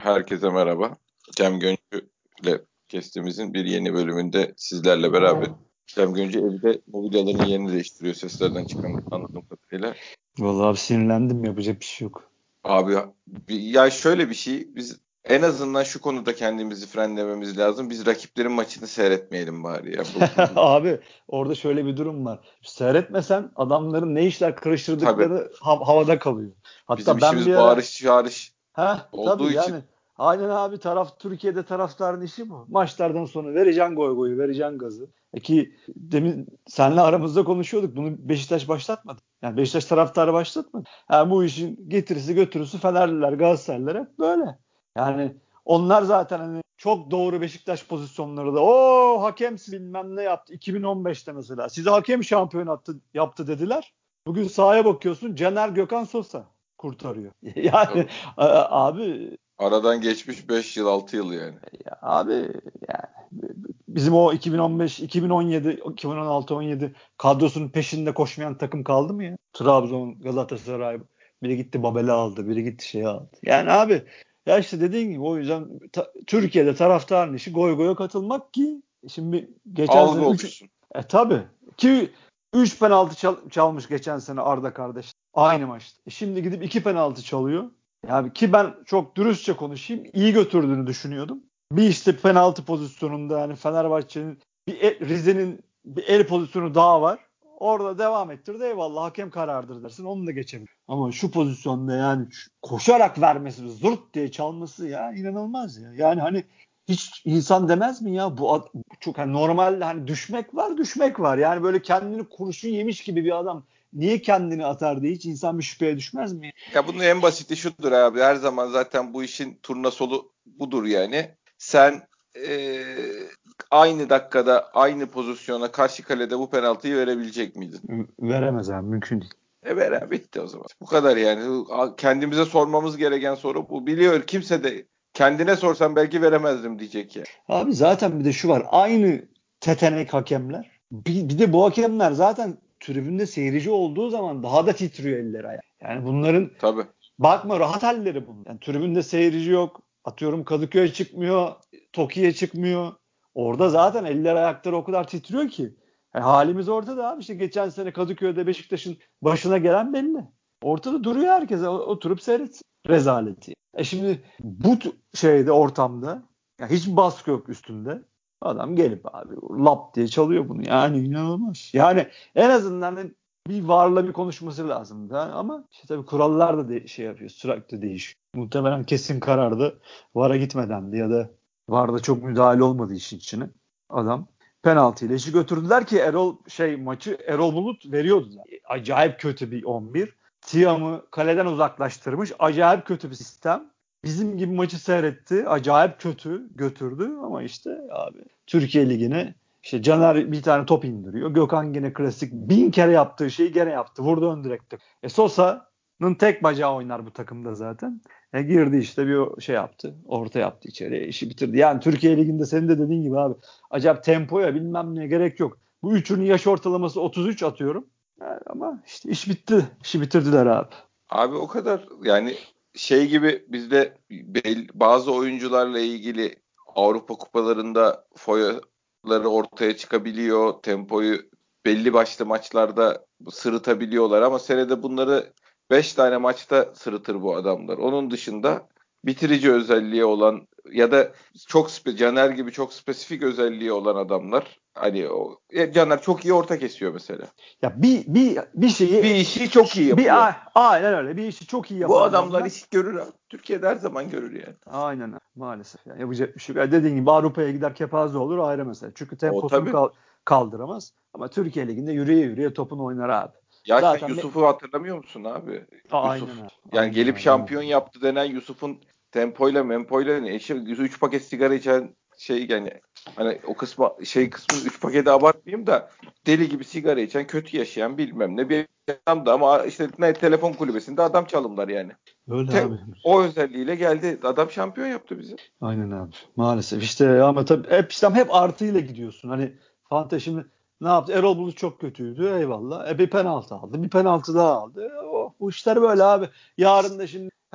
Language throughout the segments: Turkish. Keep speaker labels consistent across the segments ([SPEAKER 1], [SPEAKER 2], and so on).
[SPEAKER 1] Herkese merhaba. Cem Göncü ile kestimizin bir yeni bölümünde sizlerle beraber. Cem Göncü evde mobilyaların yerini değiştiriyor seslerden çıkan anladığım kadarıyla.
[SPEAKER 2] Vallahi abi sinirlendim, yapacak bir şey yok.
[SPEAKER 1] Abi ya şöyle bir şey, biz en azından şu konuda kendimizi frenlememiz lazım. Biz rakiplerin maçını seyretmeyelim bari ya.
[SPEAKER 2] Abi orada şöyle bir durum var. Seyretmesen adamların ne işler
[SPEAKER 1] Tabii
[SPEAKER 2] karıştırdıkları havada kalıyor.
[SPEAKER 1] bizim
[SPEAKER 2] Hatta ben bir
[SPEAKER 1] işimiz
[SPEAKER 2] ara
[SPEAKER 1] bağırış çağırış
[SPEAKER 2] tabii
[SPEAKER 1] olduğu için.
[SPEAKER 2] yani aynen abi, Türkiye'de taraftarın işi bu. Maçlardan sonra vereceksin goyu, vereceksin gazı. Ki demin seninle aramızda konuşuyorduk. Bunu Beşiktaş başlatmadı. Yani Beşiktaş taraftarı başlatmadı. Yani bu işin getirisi götürüsü Fenerliler, Galatasaraylılar hep böyle. Yani onlar zaten hani çok doğru Beşiktaş pozisyonları da o hakem bilmem ne yaptı 2015'te mesela. Size hakem şampiyon yaptı dediler. Bugün sahaya bakıyorsun, Caner Gökhan Sosa kurtarıyor. Yani
[SPEAKER 1] Tabii.
[SPEAKER 2] abi
[SPEAKER 1] Aradan geçmiş 5 yıl 6 yıl yani.
[SPEAKER 2] ya abi yani bizim o 2015, 2017, 2016, 17 kadrosunun peşinde koşmayan takım kaldı mı ya? Trabzon, Galatasaray, biri gitti Babel'i aldı, biri gitti şeyi aldı. Yani abi ya işte dediğin gibi o yüzden Türkiye'de taraftarın işi goy goya katılmak ki şimdi geçen
[SPEAKER 1] Algı
[SPEAKER 2] sene 3
[SPEAKER 1] oluşsun.
[SPEAKER 2] tabii ki 3 penaltı çalmış geçen sene Arda kardeş. Aynı maçta. Şimdi gidip 2 penaltı çalıyor. Yani ki ben çok dürüstçe konuşayım, iyi götürdüğünü düşünüyordum. Bir işte penaltı pozisyonunda yani Fenerbahçe'nin Rize'nin bir el pozisyonu daha var. Orada devam ettirdi, eyvallah hakem karardır dersin, onu da geçebilir. Ama şu pozisyonda yani koşarak vermesi, zırt diye çalması ya inanılmaz ya. Yani hani hiç insan demez mi ya bu çok hani normalde hani düşmek var. Yani böyle kendini kurşun yemiş gibi bir adam niye kendini atar diye hiç insan bir şüpheye düşmez mi?
[SPEAKER 1] Ya bunun en basiti şudur abi. Her zaman zaten bu işin turnasolu budur yani. Sen aynı dakikada aynı pozisyona karşı kalede bu penaltıyı verebilecek miydin?
[SPEAKER 2] Veremez abi, mümkün değil.
[SPEAKER 1] Ver abi, bitti o zaman. Bu kadar yani. Kendimize sormamız gereken soru bu. Biliyor kimse de kendine sorsan belki veremezdim diyecek ya.
[SPEAKER 2] Abi zaten bir de şu var. Aynı tetenek hakemler. Bir de bu hakemler zaten tribünde seyirci olduğu zaman daha da titriyor elleri ayağı. Yani bunların
[SPEAKER 1] Tabii.
[SPEAKER 2] bakma rahat halleri bunlar. Yani tribünde seyirci yok. Atıyorum Kadıköy'e çıkmıyor. Toki'ye çıkmıyor. Orada zaten eller ayakları o kadar titriyor ki. Halimiz ortada abi. İşte geçen sene Kadıköy'de Beşiktaş'ın başına gelen belli. Ortada duruyor herkes. Oturup seyretsin. Rezaleti. Şimdi bu şeyde ortamda ya hiç baskı yok üstünde. Adam gelip abi lap diye çalıyor bunu. Yani inanılmaz. Yani en azından bir varla bir konuşması lazım da ama işte tabii kurallar da şey yapıyor. Sürekli değişiyor. Muhtemelen kesin karardı. VAR'a gitmedendi ya da VAR'da çok müdahale olmadı işin içine. Adam penaltıyla işi götürdüler ki maçı Erol Bulut veriyordu. Acayip kötü bir 11. Tiam'ı kaleden uzaklaştırmış. Acayip kötü bir sistem. Bizim gibi maçı seyretti. Acayip kötü götürdü ama işte abi Türkiye Ligi'ne işte Caner bir tane top indiriyor. Gökhan gene klasik 1000 kere yaptığı şeyi gene yaptı. Vurdu ön direkte. Sosa'nın tek bacağı oynar bu takımda zaten. Girdi işte bir şey yaptı. Orta yaptı içeriye. İşi bitirdi. Yani Türkiye Ligi'nde senin de dediğin gibi abi. Acayip tempoya bilmem ne gerek yok. Bu üçünün yaş ortalaması 33 atıyorum. Yani ama işte iş bitti. İşi bitirdiler abi.
[SPEAKER 1] Abi o kadar yani şey gibi bizde bazı oyuncularla ilgili Avrupa kupalarında foyaları ortaya çıkabiliyor. Tempoyu belli başlı maçlarda sırıtabiliyorlar ama senede bunları 5 tane maçta sırıtır bu adamlar. Onun dışında bitirici özelliği olan ya da Caner gibi çok spesifik özelliği olan adamlar. Hani Caner çok iyi orta kesiyor mesela.
[SPEAKER 2] Ya bir şeyi
[SPEAKER 1] Bir işi çok iyi yapıyor.
[SPEAKER 2] aynen öyle. Bir işi çok iyi
[SPEAKER 1] Bu
[SPEAKER 2] yapan
[SPEAKER 1] adamlar
[SPEAKER 2] adamlar.
[SPEAKER 1] iş görür abi. Türkiye'de her zaman görür yani.
[SPEAKER 2] Aynen maalesef. Yani yapacak bir şey yok. Dediğin gibi Avrupa'ya gider kepaze olur, ayrı mesele. Çünkü
[SPEAKER 1] O
[SPEAKER 2] temposunu
[SPEAKER 1] tabii.
[SPEAKER 2] kaldıramaz. Ama Türkiye Ligi'nde yürüye yürüye topunu oynar abi.
[SPEAKER 1] Ya sen
[SPEAKER 2] Zaten
[SPEAKER 1] Yusuf'u hatırlamıyor musun abi?
[SPEAKER 2] aynen
[SPEAKER 1] Yusuf.
[SPEAKER 2] abi.
[SPEAKER 1] Yani
[SPEAKER 2] Aynen
[SPEAKER 1] gelip
[SPEAKER 2] abi.
[SPEAKER 1] şampiyon yaptı denen Yusuf'un tempoyla mempoyla ne? 3 paket sigara içen şey yani hani o kısmın 3 paketi abartmayayım da deli gibi sigara içen, kötü yaşayan bilmem ne bir adam da ama işte ne telefon kulübesinde adam çalımlar yani.
[SPEAKER 2] Öyle abi.
[SPEAKER 1] O özelliğiyle geldi. Adam şampiyon yaptı bizi.
[SPEAKER 2] Aynen abi. Maalesef. İşte ama tabii hep artıyla gidiyorsun. Hani Fante şimdi ne yaptı? Erol Bulut çok kötüydü. Eyvallah. Bir penaltı aldı. Bir penaltı daha aldı. Bu işler böyle abi. Yarın da şimdi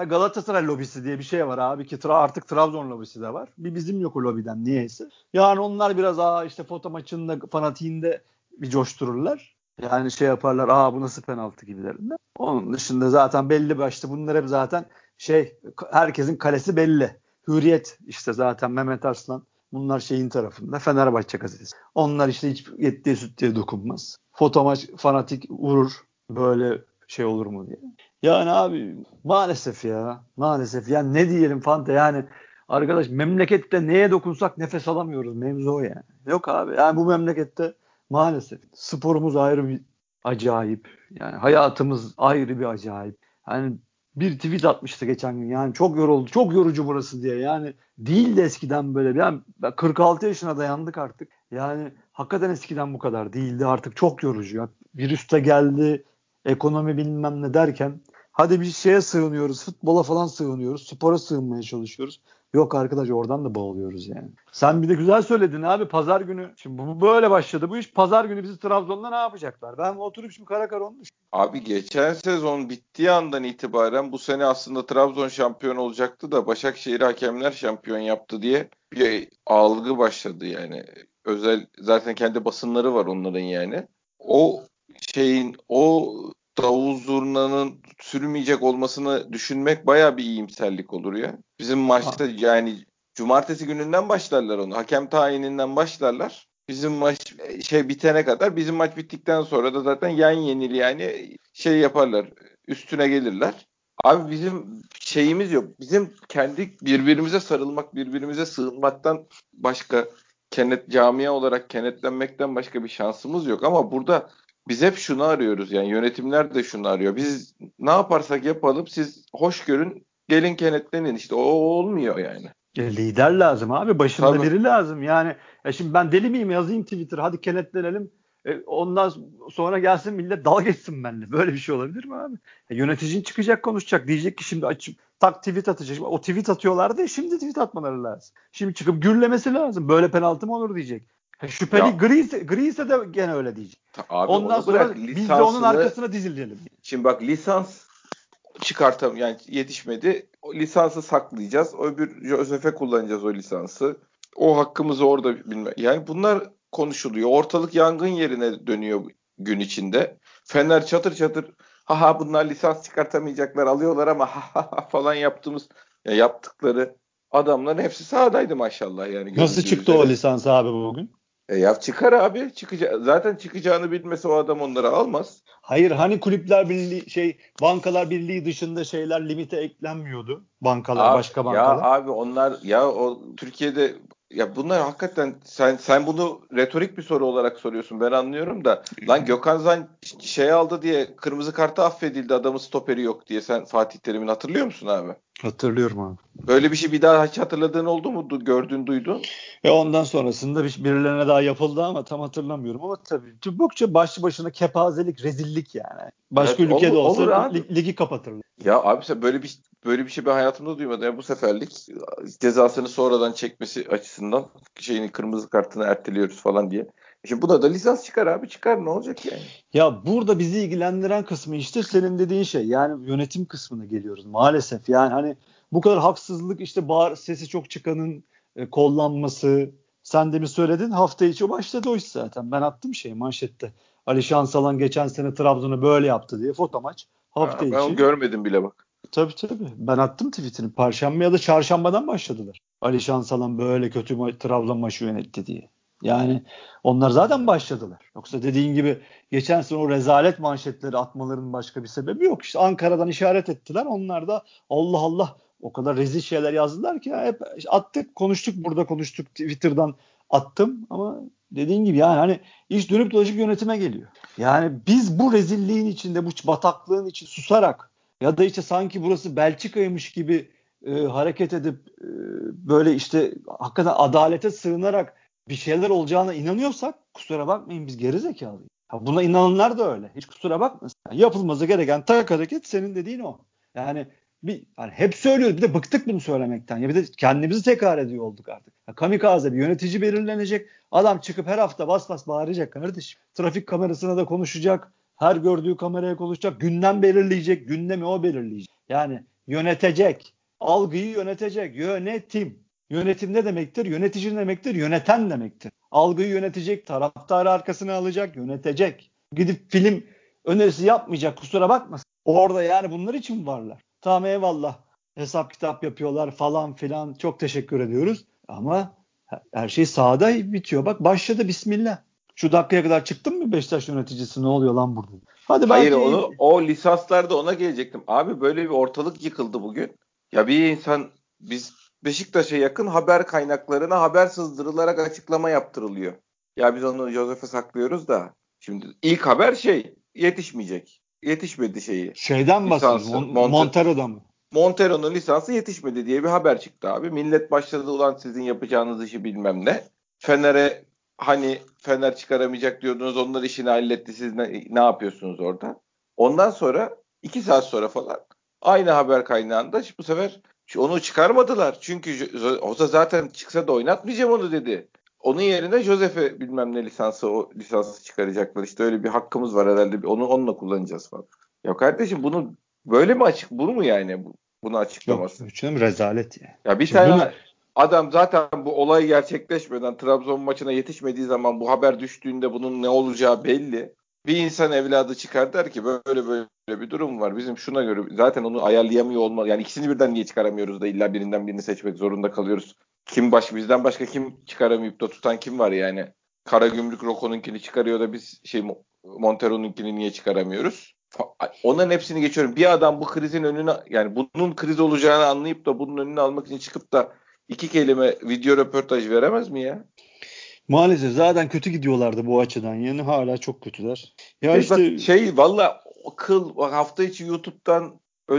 [SPEAKER 2] Galatasaray lobisi diye bir şey var abi ki artık Trabzon lobisi de var. Bir bizim yok o lobiden niyeyse. Yani onlar biraz işte foto maçında fanatiğinde bir coştururlar. Yani şey yaparlar, bu nasıl penaltı gibilerinden. Onun dışında zaten belli başlı bunlar hep zaten herkesin kalesi belli. Hürriyet işte zaten Mehmet Arslan. Bunlar şeyin tarafında. Fenerbahçe gazetesi. Onlar işte hiç yettiği süttiğe dokunmaz. Foto maç fanatik vurur. Böyle şey olur mu diye. Yani abi maalesef ya. Maalesef. Yani ne diyelim Fante yani arkadaş memlekette neye dokunsak nefes alamıyoruz. Mevzu o yani. Yok abi. Yani bu memlekette maalesef sporumuz ayrı bir acayip. Yani hayatımız ayrı bir acayip. Yani bir tweet atmıştı geçen gün. Yani çok yoruldu. Çok yorucu burası diye. Yani değil de eskiden böyle. Yani 46 yaşına dayandık artık. Yani hakikaten eskiden bu kadar değildi. Artık çok yorucu. Ya, virüs de geldi. Ekonomi bilmem ne derken hadi bir şeye sığınıyoruz. Futbola falan sığınıyoruz. Spora sığınmaya çalışıyoruz. Yok arkadaş oradan da boğuluyoruz yani. Sen bir de güzel söyledin abi pazar günü. Şimdi bu böyle başladı bu iş. Pazar günü bizi Trabzon'da ne yapacaklar? Ben oturup şimdi kara kara onu düşünüyorum.
[SPEAKER 1] Abi geçen sezon bittiği andan itibaren bu sene aslında Trabzon şampiyon olacaktı da Başakşehir hakemler şampiyon yaptı diye bir algı başladı yani. Özel zaten kendi basınları var onların yani. O davul zurnanın sürmeyecek olmasını düşünmek bayağı bir iyimserlik olur ya. Bizim maçta yani cumartesi gününden başlarlar onu. Hakem tayininden başlarlar. Bizim maç bitene kadar bizim maç bittikten sonra da zaten yenil yani yaparlar. Üstüne gelirler. Abi bizim şeyimiz yok. Bizim kendi birbirimize sarılmak, birbirimize sığınmaktan başka camia olarak kenetlenmekten başka bir şansımız yok ama burada biz hep şunu arıyoruz yani yönetimler de şunu arıyor. Biz ne yaparsak yapalım siz hoş görün gelin kenetlenin işte o olmuyor yani.
[SPEAKER 2] Lider lazım abi. Başında
[SPEAKER 1] Tabii.
[SPEAKER 2] biri lazım. Yani şimdi ben deli miyim yazayım Twitter hadi kenetlenelim. Ondan sonra gelsin millet dalga geçsin benimle. Böyle bir şey olabilir mi abi? Yöneticin çıkacak konuşacak. Diyecek ki şimdi açıp tak tweet atacak. O tweet atıyorlardı şimdi tweet atmaları lazım. Şimdi çıkıp gürlemesi lazım. Böyle penaltı mı olur diyecek. Şüpheli
[SPEAKER 1] Ya
[SPEAKER 2] gri ise de gene öyle diyecek.
[SPEAKER 1] abi
[SPEAKER 2] Ondan
[SPEAKER 1] onu
[SPEAKER 2] sonra
[SPEAKER 1] bırak
[SPEAKER 2] biz de onun
[SPEAKER 1] lisansını
[SPEAKER 2] arkasına dizilelim.
[SPEAKER 1] şimdi bak lisans yani yetişmedi. O lisansı saklayacağız. Öbür Josef'e kullanacağız o lisansı. O hakkımızı orada bilme. Yani bunlar konuşuluyor. Ortalık yangın yerine dönüyor gün içinde. Fener çatır çatır bunlar lisans çıkartamayacaklar alıyorlar ama falan yaptıkları adamların hepsi sahadaydı maşallah yani
[SPEAKER 2] Nasıl
[SPEAKER 1] görüldüğü
[SPEAKER 2] çıktı o
[SPEAKER 1] üzere.
[SPEAKER 2] lisans abi bugün?
[SPEAKER 1] Çıkar abi. Zaten çıkacağını bilmese o adam onları almaz.
[SPEAKER 2] Hayır hani kulüpler birliği bankalar birliği dışında şeyler limite eklenmiyordu. Bankalar başka bankalar.
[SPEAKER 1] Abi onlar o Türkiye'de bunlar hakikaten sen bunu retorik bir soru olarak soruyorsun ben anlıyorum da lan Gökhan Zan aldı diye kırmızı kartı affedildi adamın stoperi yok diye sen Fatih Terim'in hatırlıyor musun abi?
[SPEAKER 2] Hatırlıyorum abi.
[SPEAKER 1] Böyle bir şey bir daha hiç hatırladığın oldu mu? Gördün duydun?
[SPEAKER 2] Ve ondan sonrasında birilerine daha yapıldı ama tam hatırlamıyorum ama tabii çubukça başlı başına kepazelik, rezillik yani. Başka
[SPEAKER 1] Evet,
[SPEAKER 2] ülkede olsa
[SPEAKER 1] olur abi.
[SPEAKER 2] ligi kapatırlar.
[SPEAKER 1] Ya abi sen böyle bir şey ben hayatımda duymadım. Ya bu seferlik cezasını sonradan çekmesi açısından kırmızı kartını erteliyoruz falan diye. Şimdi buna da lisans çıkar abi çıkar ne olacak yani?
[SPEAKER 2] Ya burada bizi ilgilendiren kısmı işte senin dediğin şey. Yani yönetim kısmına geliyoruz maalesef. Yani hani bu kadar haksızlık işte sesi çok çıkanın kollanması. Sen de mi söyledin? Hafta içi başladı o iş zaten. Ben attım manşette. Ali Şansalan geçen sene Trabzon'u böyle yaptı diye foto maç. Hafta
[SPEAKER 1] Ben onu
[SPEAKER 2] içi.
[SPEAKER 1] görmedim bile bak.
[SPEAKER 2] Tabii. Ben attım tweetini. Perşembe ya da çarşambadan başladılar. Ali Şansalan böyle kötü Trabzon maçı yönetti diye. Yani onlar zaten başladılar. Yoksa dediğin gibi geçen sene o rezalet manşetleri atmalarının başka bir sebebi yok. İşte Ankara'dan işaret ettiler. Onlar da Allah Allah o kadar rezil şeyler yazdılar ki hep attık, konuştuk, burada konuştuk, Twitter'dan attım ama dediğin gibi yani hani iş dönüp dolaşıp yönetime geliyor. Yani biz bu rezilliğin içinde, bu bataklığın içinde susarak ya da işte sanki burası Belçika'ymış gibi hareket edip böyle işte hakikaten adalete sığınarak bir şeyler olacağına inanıyorsak kusura bakmayın biz gerizekalıyız. Buna inananlar da öyle. Hiç kusura bakmasın. Yani yapılması gereken tek hareket senin dediğin o. Yani hep söylüyoruz. Bir de bıktık bunu söylemekten. Ya bir de kendimizi tekrar ediyor olduk artık. Kamikaze bir yönetici belirlenecek. Adam çıkıp her hafta bas bas bağıracak kardeşim. Trafik kamerasına da konuşacak. Her gördüğü kameraya konuşacak. Gündem belirleyecek. Gündemi o belirleyecek. Yani Yönetecek. Algıyı yönetecek. Yönetim. Yönetim ne demektir? Yönetici ne demektir? Yöneten demektir. Algıyı yönetecek. Taraftarı arkasına alacak. Yönetecek. Gidip film önerisi yapmayacak. Kusura bakmasın. Orada yani bunlar için varlar. Tamam eyvallah. Hesap kitap yapıyorlar falan filan. Çok teşekkür ediyoruz. Ama her şey sahada bitiyor. Bak başladı bismillah. Şu dakikaya kadar çıktın mı Beşiktaş yöneticisi? Ne oluyor lan burada? Hadi
[SPEAKER 1] Hayır,
[SPEAKER 2] belki
[SPEAKER 1] onu o lisanslarda ona gelecektim. Abi böyle bir ortalık yıkıldı bugün. Ya bir insan, biz Beşiktaş'a yakın haber kaynaklarına haber sızdırılarak açıklama yaptırılıyor. Ya biz onu Josef'e saklıyoruz da. Şimdi ilk haber yetişmeyecek. Yetişmedi şeyi.
[SPEAKER 2] şeyden bahsediyorsun.
[SPEAKER 1] Lisansı.
[SPEAKER 2] Montero'da mı?
[SPEAKER 1] Montero'nun lisansı yetişmedi diye bir haber çıktı abi. Millet başladı, ulan sizin yapacağınız işi bilmem ne. Fener'e, hani Fener çıkaramayacak diyordunuz, onlar işini halletti, siz ne yapıyorsunuz orada? Ondan sonra 2 saat sonra falan aynı haber kaynağında bu sefer onu çıkarmadılar. Çünkü Hoca zaten çıksa da oynatmayacağım onu dedi. Onun yerine Josef'e bilmem ne o lisansı çıkaracaklar. İşte öyle bir hakkımız var herhalde. Onunla kullanacağız falan. Ya kardeşim, bunu böyle mi bunu mu yani bunu
[SPEAKER 2] Yok
[SPEAKER 1] açıklaması?
[SPEAKER 2] canım rezalet ya.
[SPEAKER 1] Ya bir
[SPEAKER 2] Şimdi bunu
[SPEAKER 1] tane adam zaten bu olay gerçekleşmeden Trabzon maçına yetişmediği zaman, bu haber düştüğünde bunun ne olacağı belli. Bir insan evladı çıkar der ki böyle böyle bir durum var. Bizim şuna göre zaten onu ayarlayamıyor olmalı. Yani ikisini birden niye çıkaramıyoruz da illa birinden birini seçmek zorunda kalıyoruz. Bizden başka kim çıkaramayıp da tutan kim var yani? Karagümrük Roko'nunkini çıkarıyor da biz Montero'nunkini niye çıkaramıyoruz? Onların hepsini geçiyorum. Bir adam bu krizin önüne, yani bunun kriz olacağını anlayıp da bunun önüne almak için çıkıp da 2 kelime video röportaj veremez mi ya?
[SPEAKER 2] maalesef zaten kötü gidiyorlardı bu açıdan. Yani hala çok kötüler. Ya
[SPEAKER 1] Ve bak
[SPEAKER 2] işte
[SPEAKER 1] valla hafta içi YouTube'dan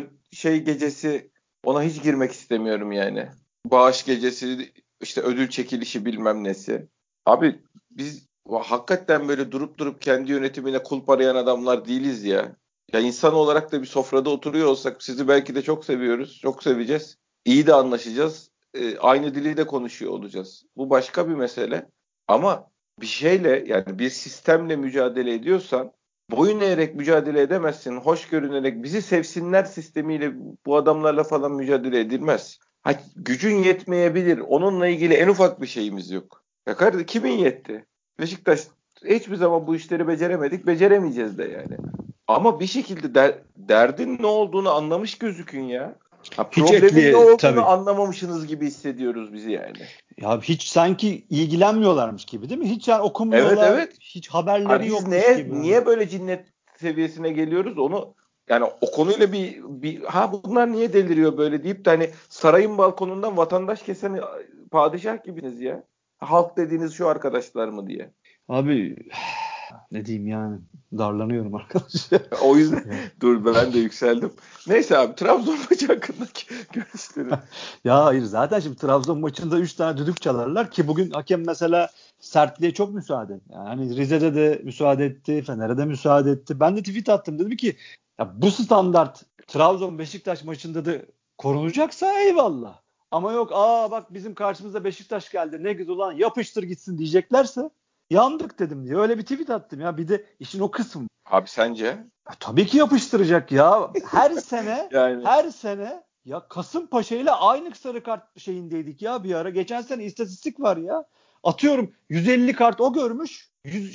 [SPEAKER 1] gecesi, ona hiç girmek istemiyorum yani. Bağış gecesi, işte ödül çekilişi bilmem nesi. Abi biz hakikaten böyle durup durup kendi yönetimine kulp arayan adamlar değiliz ya. Ya insan olarak da bir sofrada oturuyor olsak sizi belki de çok seviyoruz, çok seveceğiz. İyi de anlaşacağız. Aynı dili de konuşuyor olacağız. Bu başka bir mesele. Ama bir şeyle, yani bir sistemle mücadele ediyorsan boyun eğerek mücadele edemezsin. Hoş görünerek bizi sevsinler sistemiyle bu adamlarla falan mücadele edilmez. Gücün yetmeyebilir. Onunla ilgili en ufak bir şeyimiz yok. Ya kardeşim, kimin yetti? Beşiktaş hiçbir zaman bu işleri beceremedik. Beceremeyeceğiz de yani. Ama bir şekilde derdin ne olduğunu anlamış gözükün ya.
[SPEAKER 2] hiç
[SPEAKER 1] Problemin ne olduğunu
[SPEAKER 2] tabii.
[SPEAKER 1] anlamamışsınız gibi hissediyoruz bizi yani.
[SPEAKER 2] Ya hiç sanki ilgilenmiyorlarmış gibi değil mi? Hiç yani
[SPEAKER 1] Evet,
[SPEAKER 2] okumuyorlar.
[SPEAKER 1] evet.
[SPEAKER 2] Hiç haberleri
[SPEAKER 1] Biz
[SPEAKER 2] yokmuş gibi.
[SPEAKER 1] niye böyle cinnet seviyesine geliyoruz onu, yani o konuyla bunlar niye deliriyor böyle deyip de hani sarayın balkonundan vatandaş kesen padişah gibiniz ya. Halk dediğiniz şu arkadaşlar mı diye.
[SPEAKER 2] Abi ne diyeyim yani darlanıyorum arkadaş.
[SPEAKER 1] O yüzden
[SPEAKER 2] Ya.
[SPEAKER 1] dur, ben de yükseldim. Neyse abi, Trabzon maçı hakkındaki görüşlerin.
[SPEAKER 2] Ya hayır zaten şimdi Trabzon maçında 3 tane düdük çalarlar ki bugün hakem mesela sertliğe çok müsaade. Yani hani Rize'de de müsaade etti, Fener'e de müsaade etti. Ben de tweet attım dedim ki ya bu standart Trabzon Beşiktaş maçında da korunacaksa eyvallah. Ama yok bak bizim karşımıza Beşiktaş geldi ne güzel ulan yapıştır gitsin diyeceklerse yandık dedim diye. Öyle bir tweet attım ya. Bir de işin o kısmı.
[SPEAKER 1] Abi sence?
[SPEAKER 2] Tabii ki yapıştıracak ya. Her sene
[SPEAKER 1] Yani
[SPEAKER 2] her sene ya Kasımpaşa ile aynı sarı kart şeyindeydik ya bir ara. Geçen sene istatistik var ya. Atıyorum 150 kart o görmüş.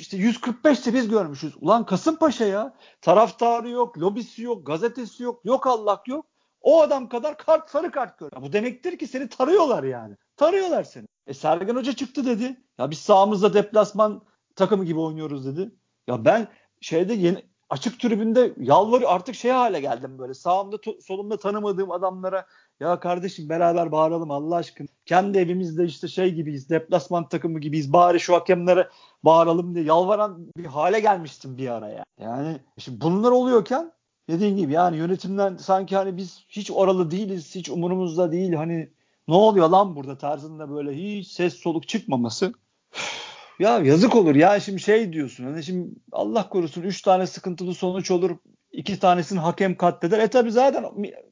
[SPEAKER 2] 145 de biz görmüşüz. Ulan Kasımpaşa ya. Taraftarı yok, lobisi yok, gazetesi yok, yok Allah yok. O adam kadar sarı kart görüyor. Bu demektir ki seni tarıyorlar yani. Tarıyorlar seni. Sergen Hoca çıktı dedi. Ya biz sahamızda deplasman takımı gibi oynuyoruz dedi. Ya ben açık tribünde yalvarıyor artık hale geldim böyle. Sağımda solumda tanımadığım adamlara ya kardeşim beraber bağıralım Allah aşkına. Kendi evimizde işte gibiyiz. Deplasman takımı gibiyiz. Bari şu hakemlere bağıralım diye yalvaran bir hale gelmiştim bir araya. Yani şimdi bunlar oluyorken dediğin gibi yani yönetimden sanki hani biz hiç oralı değiliz. Hiç umurumuzda değil. Hani ne oluyor lan burada tarzında böyle hiç ses soluk çıkmaması. Ya yazık olur ya şimdi diyorsun hani şimdi Allah korusun 3 tane sıkıntılı sonuç olur 2 tanesini hakem katleder. Tabi zaten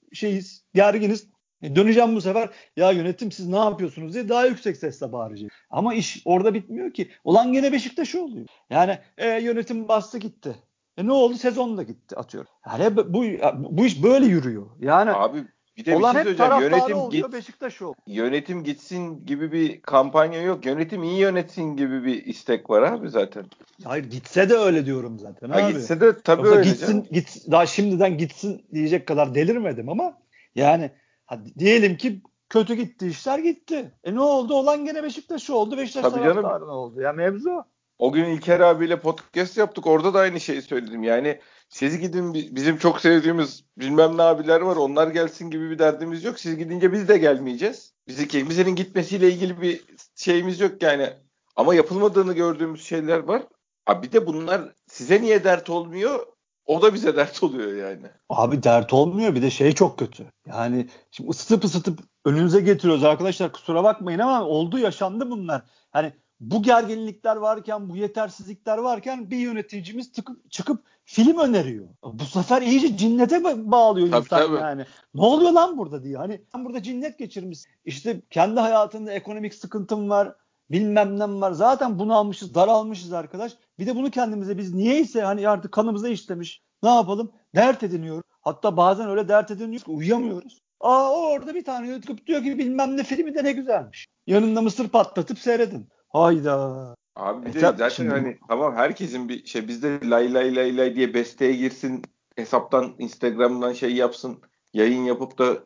[SPEAKER 2] gerginiz. Döneceğim bu sefer ya yönetim siz ne yapıyorsunuz diye daha yüksek sesle bağıracak. Ama iş orada bitmiyor ki. Ulan gene Beşiktaş oluyor. Yani yönetim bastı gitti. Ne oldu? Sezon da gitti atıyorum. Yani bu iş böyle yürüyor. Yani
[SPEAKER 1] abi Bir de bir
[SPEAKER 2] Olan
[SPEAKER 1] şey
[SPEAKER 2] hep
[SPEAKER 1] söyleyeceğim.
[SPEAKER 2] taraftarı oluyor, Beşiktaş oluyor.
[SPEAKER 1] Yönetim gitsin gibi bir kampanya yok. Yönetim iyi yönetsin gibi bir istek var abi zaten.
[SPEAKER 2] Hayır, gitse de öyle diyorum zaten
[SPEAKER 1] Ha,
[SPEAKER 2] abi.
[SPEAKER 1] gitse de tabii
[SPEAKER 2] Yoksa
[SPEAKER 1] öyle canım.
[SPEAKER 2] daha şimdiden gitsin diyecek kadar delirmedim ama yani diyelim ki kötü gitti, işler gitti. Ne oldu? Olan gene Beşiktaş oldu. Beşiktaş
[SPEAKER 1] Tabii canım.
[SPEAKER 2] taraftarına oldu. Ya mevzu o.
[SPEAKER 1] O gün İlker abiyle podcast yaptık. Orada da aynı şeyi söyledim. Yani siz gidin, bizim çok sevdiğimiz bilmem ne abiler var. Onlar gelsin gibi bir derdimiz yok. Siz gidince biz de gelmeyeceğiz. Kimsenin gitmesiyle ilgili bir şeyimiz yok yani. Ama yapılmadığını gördüğümüz şeyler var. Abi bir de bunlar size niye dert olmuyor? O da bize dert oluyor yani.
[SPEAKER 2] Abi dert olmuyor, bir de şey çok kötü. Yani şimdi ısıtıp önünüze getiriyoruz arkadaşlar, kusura bakmayın ama oldu, yaşandı bunlar. Hani bu gerginlikler varken, bu yetersizlikler varken bir yöneticimiz çıkıp film öneriyor. Bu sefer iyice cinnete bağlıyor
[SPEAKER 1] Tabii
[SPEAKER 2] insan
[SPEAKER 1] tabii.
[SPEAKER 2] yani. Ne oluyor lan burada diye. Hani sen burada cinnet geçirmişsin. İşte kendi hayatında ekonomik sıkıntım var. Bilmem ne var. Zaten bunu almışız, daralmışız arkadaş. Bir de bunu kendimize biz niyeyse hani artık kanımıza işlemiş. Ne yapalım? Dert ediniyoruz. Hatta bazen öyle dert ediniyoruz ki uyuyamıyoruz. Orada bir tane YouTube diyor ki bilmem ne filmi de ne güzelmiş. Yanında mısır patlatıp seyredin. Hayda.
[SPEAKER 1] Abi bir de
[SPEAKER 2] Tabii
[SPEAKER 1] zaten
[SPEAKER 2] şimdi
[SPEAKER 1] hani tamam, herkesin bir şey, bizde lay lay lay lay diye besteye girsin, hesaptan Instagram'dan şey yapsın, yayın yapıp da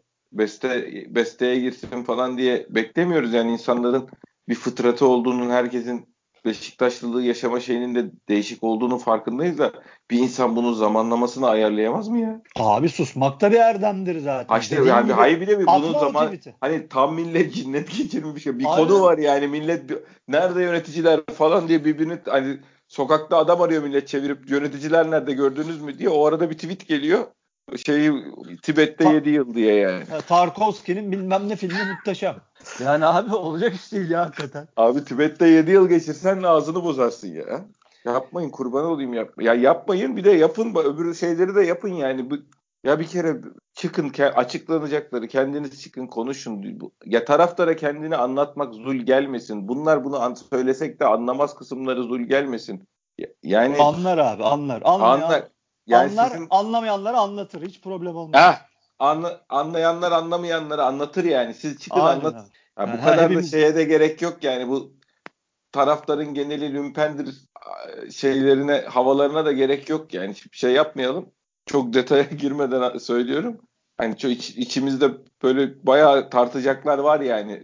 [SPEAKER 1] besteye girsin falan diye beklemiyoruz. Yani insanların bir fıtratı olduğunun, herkesin Beşiktaşlılığı yaşama şeyinin de değişik olduğunu farkındayız da bir insan bunun zamanlamasını ayarlayamaz mı ya?
[SPEAKER 2] abi susmak da bir erdemdir
[SPEAKER 1] Ha
[SPEAKER 2] zaten.
[SPEAKER 1] işte
[SPEAKER 2] Dediğin
[SPEAKER 1] yani
[SPEAKER 2] gibi
[SPEAKER 1] hayır, bir de mi bunun
[SPEAKER 2] atma o
[SPEAKER 1] zaman,
[SPEAKER 2] tweet'i.
[SPEAKER 1] hani tam millet cinnet geçirmiş ya. Bir konu
[SPEAKER 2] Aynen.
[SPEAKER 1] var yani, millet nerede yöneticiler falan diye birbirini, hani sokakta adam arıyor millet, çevirip yöneticiler nerede gördünüz mü diye, o arada bir tweet geliyor. Şeyi, Tibet'te
[SPEAKER 2] Ta-
[SPEAKER 1] 7 yıl diye yani.
[SPEAKER 2] Tarkovski'nin bilmem ne filmi muhteşem. Yani abi olacak iş değil ya hakikaten.
[SPEAKER 1] Abi Tibet'te 7 yıl geçirsen ağzını bozarsın ya. Yapmayın, kurban olayım, yapma. Ya yapmayın, bir de yapın, öbür şeyleri de yapın yani. Ya bir kere çıkın, açıklanacakları kendiniz çıkın konuşun. Ya taraftara kendini anlatmak zul gelmesin. Bunlar bunu söylesek de anlamaz kısımları zul gelmesin. Yani
[SPEAKER 2] Anlar abi, anlar. Anlayan
[SPEAKER 1] anlar. Yani
[SPEAKER 2] anlar,
[SPEAKER 1] sizin
[SPEAKER 2] anlamayanları anlatır. Hiç problem olmaz.
[SPEAKER 1] eh, anlayanlar anlamayanları anlatır yani. Siz çıkın
[SPEAKER 2] Aynen
[SPEAKER 1] anlat.
[SPEAKER 2] abi.
[SPEAKER 1] Ya bu
[SPEAKER 2] Yani
[SPEAKER 1] kadar da
[SPEAKER 2] hepimiz
[SPEAKER 1] şeye de gerek yok yani. Bu taraftarın geneli lümpendir şeylerine, havalarına da gerek yok yani. Hiçbir şey yapmayalım. Çok detaya girmeden söylüyorum. Hani çok içimizde böyle bayağı tartacaklar var yani.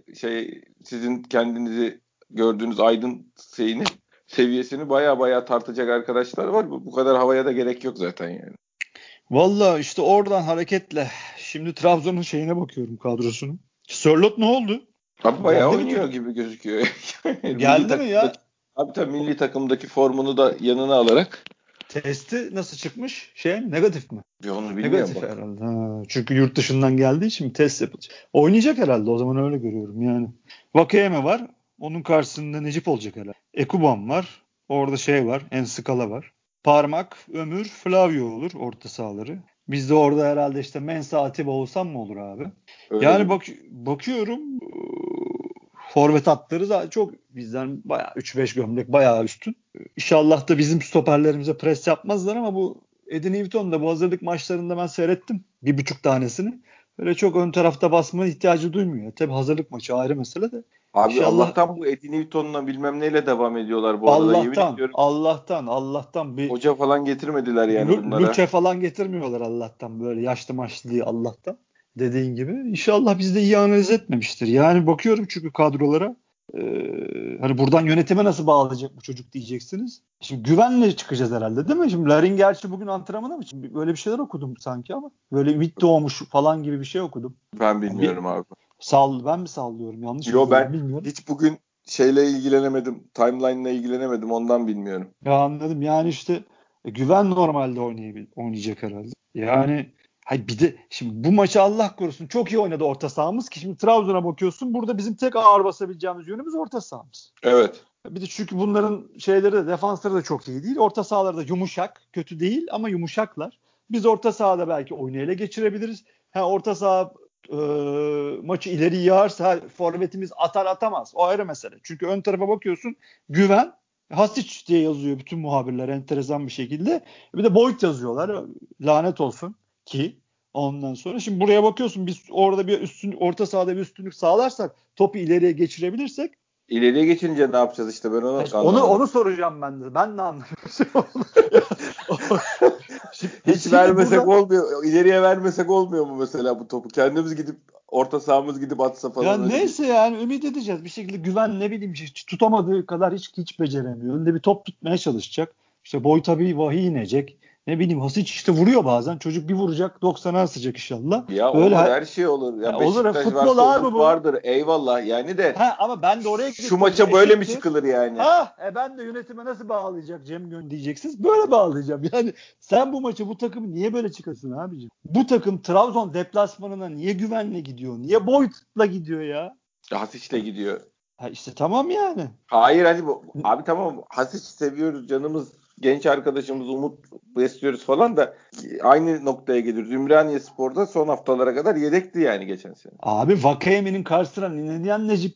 [SPEAKER 1] Sizin kendinizi gördüğünüz aydın seviyesini bayağı tartacak arkadaşlar var. Bu kadar havaya da gerek yok zaten yani.
[SPEAKER 2] valla işte oradan hareketle şimdi Trabzon'un şeyine bakıyorum, kadrosunu. Sörloth ne oldu?
[SPEAKER 1] Abi bayağı
[SPEAKER 2] Geldi mi
[SPEAKER 1] oynuyor
[SPEAKER 2] Türk?
[SPEAKER 1] gibi gözüküyor. Milli
[SPEAKER 2] Geldi mi
[SPEAKER 1] takımdaki,
[SPEAKER 2] ya?
[SPEAKER 1] tabii milli takımdaki formunu da yanına alarak.
[SPEAKER 2] Testi nasıl çıkmış? Negatif mi?
[SPEAKER 1] Bir onu bilmiyorum
[SPEAKER 2] Negatif
[SPEAKER 1] bak.
[SPEAKER 2] herhalde. Çünkü yurt dışından geldiği için test yapılacak. Oynayacak herhalde, o zaman öyle görüyorum yani. Vakayeme var. Onun karşısında Necip olacak herhalde. Ekuban var. Orada var. Enskala var. Parmak, Ömür, Flavio olur orta sahaları. Biz de orada herhalde işte Mensah, Atiba olsam mı olur abi?
[SPEAKER 1] Öyle
[SPEAKER 2] Yani
[SPEAKER 1] gibi.
[SPEAKER 2] bakıyorum forvet hatları da çok bizden bayağı 3-5 gömlek bayağı üstün. İnşallah da bizim stoperlerimize pres yapmazlar ama bu Eddie Newton da bu hazırlık maçlarında ben seyrettim. 1,5 tanesini. Böyle çok ön tarafta basma ihtiyacı duymuyor. Tabii hazırlık maçı ayrı mesele de.
[SPEAKER 1] Abi
[SPEAKER 2] İnşallah
[SPEAKER 1] Allah'tan bu Eddie Newton'la bilmem neyle devam ediyorlar bu arada. Yemin
[SPEAKER 2] Allah'tan,
[SPEAKER 1] ediyorum,
[SPEAKER 2] Allah'tan bir
[SPEAKER 1] hoca falan getirmediler yani bunlara.
[SPEAKER 2] Lüçe falan getirmiyorlar Allah'tan, böyle yaşlı maçlı diye Allah'tan. Dediğin gibi. İnşallah biz de iyi analiz etmemiştir. Yani bakıyorum çünkü kadrolara. Hani buradan yönetime nasıl bağlayacak bu çocuk diyeceksiniz. Şimdi güvenle çıkacağız herhalde değil mi? Şimdi Larin gerçi bugün antrenmana mı? Şimdi böyle bir şeyler okudum sanki ama. Böyle ümit doğmuş falan gibi bir şey okudum.
[SPEAKER 1] Ben
[SPEAKER 2] Yani bir
[SPEAKER 1] bilmiyorum abi.
[SPEAKER 2] ben mi sallıyorum? Yanlış mı
[SPEAKER 1] Yo,
[SPEAKER 2] biliyorum
[SPEAKER 1] ben
[SPEAKER 2] bilmiyorum.
[SPEAKER 1] hiç bugün şeyle ilgilenemedim. Timeline'la ilgilenemedim. Ondan bilmiyorum.
[SPEAKER 2] Ya anladım. Yani işte güven normalde oynayacak herhalde. Yani hay bir de şimdi bu maçı Allah korusun çok iyi oynadı orta sahamız ki şimdi Trabzon'a bakıyorsun, burada bizim tek ağır basabileceğimiz yönümüz orta sahamız.
[SPEAKER 1] Evet.
[SPEAKER 2] Bir de çünkü bunların şeyleri de, defansları da çok iyi değil. Orta sahaları da yumuşak, kötü değil ama yumuşaklar. Biz orta sahada belki oyunu ele geçirebiliriz. Orta saha e, maçı ileri yağarsa forvetimiz atar atamaz. O ayrı mesele. Çünkü ön tarafa bakıyorsun, güven Hasic diye yazıyor bütün muhabirler enteresan bir şekilde. Bir de Boyd yazıyorlar. Lanet olsun ki. Ondan sonra şimdi buraya bakıyorsun, biz orada bir orta sahada bir üstünlük sağlarsak, topu ileriye geçirebilirsek,
[SPEAKER 1] İleriye geçince ne yapacağız işte, ben onu anlamadım.
[SPEAKER 2] onu soracağım ben de. Ben de anlamıyorum.
[SPEAKER 1] Hiç vermesek olmuyor. İleriye vermesek olmuyor mu mesela bu topu? Kendimiz gidip orta sahamız gidip atsa
[SPEAKER 2] Ya
[SPEAKER 1] falan öyle bir.
[SPEAKER 2] neyse yani ümit edeceğiz. Bir şekilde güven, ne bileyim, hiç tutamadığı kadar hiç beceremiyor. Önde bir top tutmaya çalışacak. İşte boy tabii vahiy inecek. Ne bileyim, Hasic işte vuruyor bazen. Çocuk bir vuracak 90'a asacak inşallah.
[SPEAKER 1] Ya
[SPEAKER 2] Böyle
[SPEAKER 1] olur, her şey olur. Ya
[SPEAKER 2] olur.
[SPEAKER 1] Beşiktaş
[SPEAKER 2] Futbol
[SPEAKER 1] varsa
[SPEAKER 2] abi
[SPEAKER 1] umut
[SPEAKER 2] bu.
[SPEAKER 1] vardır. Eyvallah yani de
[SPEAKER 2] Ama ben de oraya
[SPEAKER 1] şu
[SPEAKER 2] getireceğim.
[SPEAKER 1] maça böyle mi
[SPEAKER 2] Eşittir.
[SPEAKER 1] çıkılır yani?
[SPEAKER 2] Ben de yönetime nasıl bağlayacak Cem Gön diyeceksiniz. Böyle bağlayacağım. Yani sen bu maçı, bu takımı niye böyle çıkasın abiciğim? Bu takım Trabzon deplasmanına niye güvenle gidiyor? Niye boyutla gidiyor ya?
[SPEAKER 1] Hasic'le gidiyor.
[SPEAKER 2] Ha işte tamam yani.
[SPEAKER 1] Hayır hani abi tamam, Hasic seviyoruz, canımız, genç arkadaşımız, umut besliyoruz falan da aynı noktaya geliyoruz. Ümraniyespor'da son haftalara kadar yedekti yani geçen sene.
[SPEAKER 2] Abi Vakayemi'nin karşısına neden Necip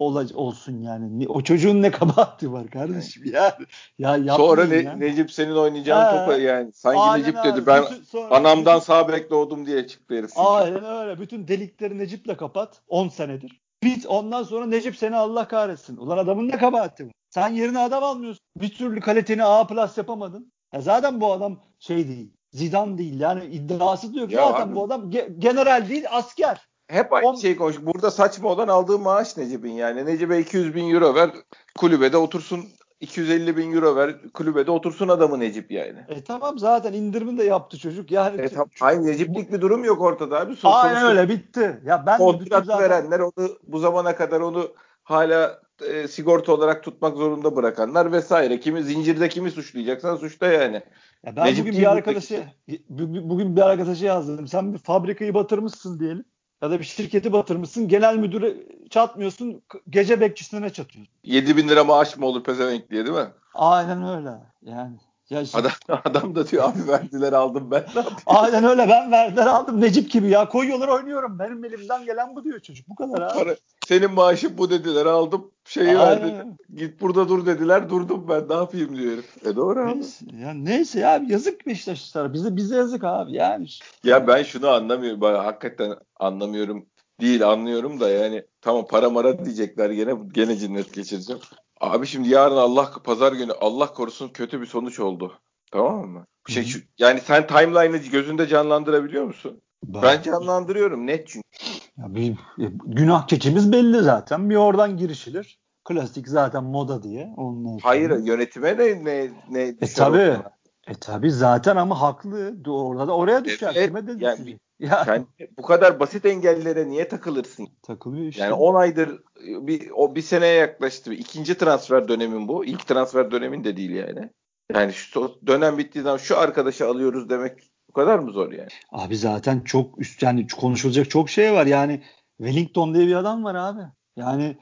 [SPEAKER 2] olsun yani? O çocuğun ne kabahati var
[SPEAKER 1] Yani.
[SPEAKER 2] kardeşim ya? Ya
[SPEAKER 1] Sonra
[SPEAKER 2] yapmayın ya.
[SPEAKER 1] Necip senin oynayacağın topa
[SPEAKER 2] Ha,
[SPEAKER 1] yani. Sanki
[SPEAKER 2] aynen
[SPEAKER 1] Necip dedi,
[SPEAKER 2] abi.
[SPEAKER 1] ben
[SPEAKER 2] Sonra
[SPEAKER 1] anamdan sağ bek doğdum diye çıktı herif çünkü.
[SPEAKER 2] aynen öyle. Bütün delikleri Necip'le kapat. 10 senedir. Ondan sonra Necip seni Allah kahretsin. Ulan adamın ne kabahati var? Sen yerine adam almıyorsun. Bir türlü kaliteni A+ yapamadın. Zaten bu adam şey değil. Zidane değil. Yani iddiası da yok.
[SPEAKER 1] Ya
[SPEAKER 2] Zaten
[SPEAKER 1] abi
[SPEAKER 2] bu adam general değil, asker.
[SPEAKER 1] hep aynı
[SPEAKER 2] On,
[SPEAKER 1] şeyi konuş. Burada saçma olan aldığı maaş Necip'in yani. Necip'e 200 bin euro ver, kulübede otursun. 250 bin euro ver, kulübede otursun adamı Necip yani.
[SPEAKER 2] tamam, zaten indirimini de yaptı çocuk. Yani
[SPEAKER 1] Hayır, Necip'lik bir durum yok ortada abi.
[SPEAKER 2] aynen
[SPEAKER 1] Sonuçta
[SPEAKER 2] öyle, bitti. Ya ben de bütün
[SPEAKER 1] kontrat
[SPEAKER 2] zaten
[SPEAKER 1] verenler, onu bu zamana kadar onu hala sigorta olarak tutmak zorunda bırakanlar vesaire. Kimi zincirde, kimi suçlayacaksan suçla yani.
[SPEAKER 2] ben
[SPEAKER 1] Necip
[SPEAKER 2] bugün
[SPEAKER 1] değil
[SPEAKER 2] bir
[SPEAKER 1] buradaki
[SPEAKER 2] arkadaşa
[SPEAKER 1] şey.
[SPEAKER 2] bugün bir arkadaşa yazdım. Sen bir fabrikayı batırmışsın diyelim. Ya da bir şirketi batırmışsın. Genel müdüre çatmıyorsun. Gece bekçisine çatıyorsun.
[SPEAKER 1] 7 bin lira maaş mı olur pezevenk diye, değil mi?
[SPEAKER 2] Aynen öyle. Yani ya işte,
[SPEAKER 1] Adam, adam da diyor abi, verdiler aldım, ben ne yapayım?
[SPEAKER 2] aynen öyle, ben verdiler aldım Necip gibi ya. Koyuyorlar oynuyorum. Benim elimden gelen bu diyor çocuk. Bu kadar abi.
[SPEAKER 1] Para, senin maaşın bu dediler, aldım, şeyi verdiler.
[SPEAKER 2] Aynen.
[SPEAKER 1] Git burada dur dediler, durdum, ben ne yapayım diyor herif. Doğru abi.
[SPEAKER 2] Neyse ya, yazık Beşiktaşlılara. Bize yazık abi yani.
[SPEAKER 1] Ya ben şunu anlamıyorum. Ben hakikaten anlamıyorum. Değil, anlıyorum da yani, tamam para mara diyecekler, gene cinnet geçireceğim. Abi şimdi yarın pazar günü Allah korusun kötü bir sonuç oldu. Tamam mı?
[SPEAKER 2] Hı hı.
[SPEAKER 1] Yani sen timeline'ı gözünde canlandırabiliyor musun?
[SPEAKER 2] Ben,
[SPEAKER 1] Ben canlandırıyorum net çünkü.
[SPEAKER 2] ya günah keçimiz belli zaten. Bir oradan girişilir. Klasik zaten moda diye. Ondan
[SPEAKER 1] Hayır,
[SPEAKER 2] sonra.
[SPEAKER 1] yönetime de ne düşer
[SPEAKER 2] Tabii.
[SPEAKER 1] oradan?
[SPEAKER 2] Tabii zaten, ama haklı. Orada da oraya düşer.
[SPEAKER 1] Evet
[SPEAKER 2] Kime de
[SPEAKER 1] yani
[SPEAKER 2] düşecek? Ya
[SPEAKER 1] sen bu kadar basit engellere niye takılırsın?
[SPEAKER 2] takılıyor
[SPEAKER 1] Yani
[SPEAKER 2] işte.
[SPEAKER 1] 10 aydır bir seneye yaklaştı. İkinci transfer dönemin bu. İlk transfer dönemin de değil yani. Yani şu dönem bittiği zaman şu arkadaşı alıyoruz demek bu kadar mı zor yani?
[SPEAKER 2] Abi zaten çok üst, yani konuşulacak çok şey var. Yani Wellington diye bir adam var abi. Yani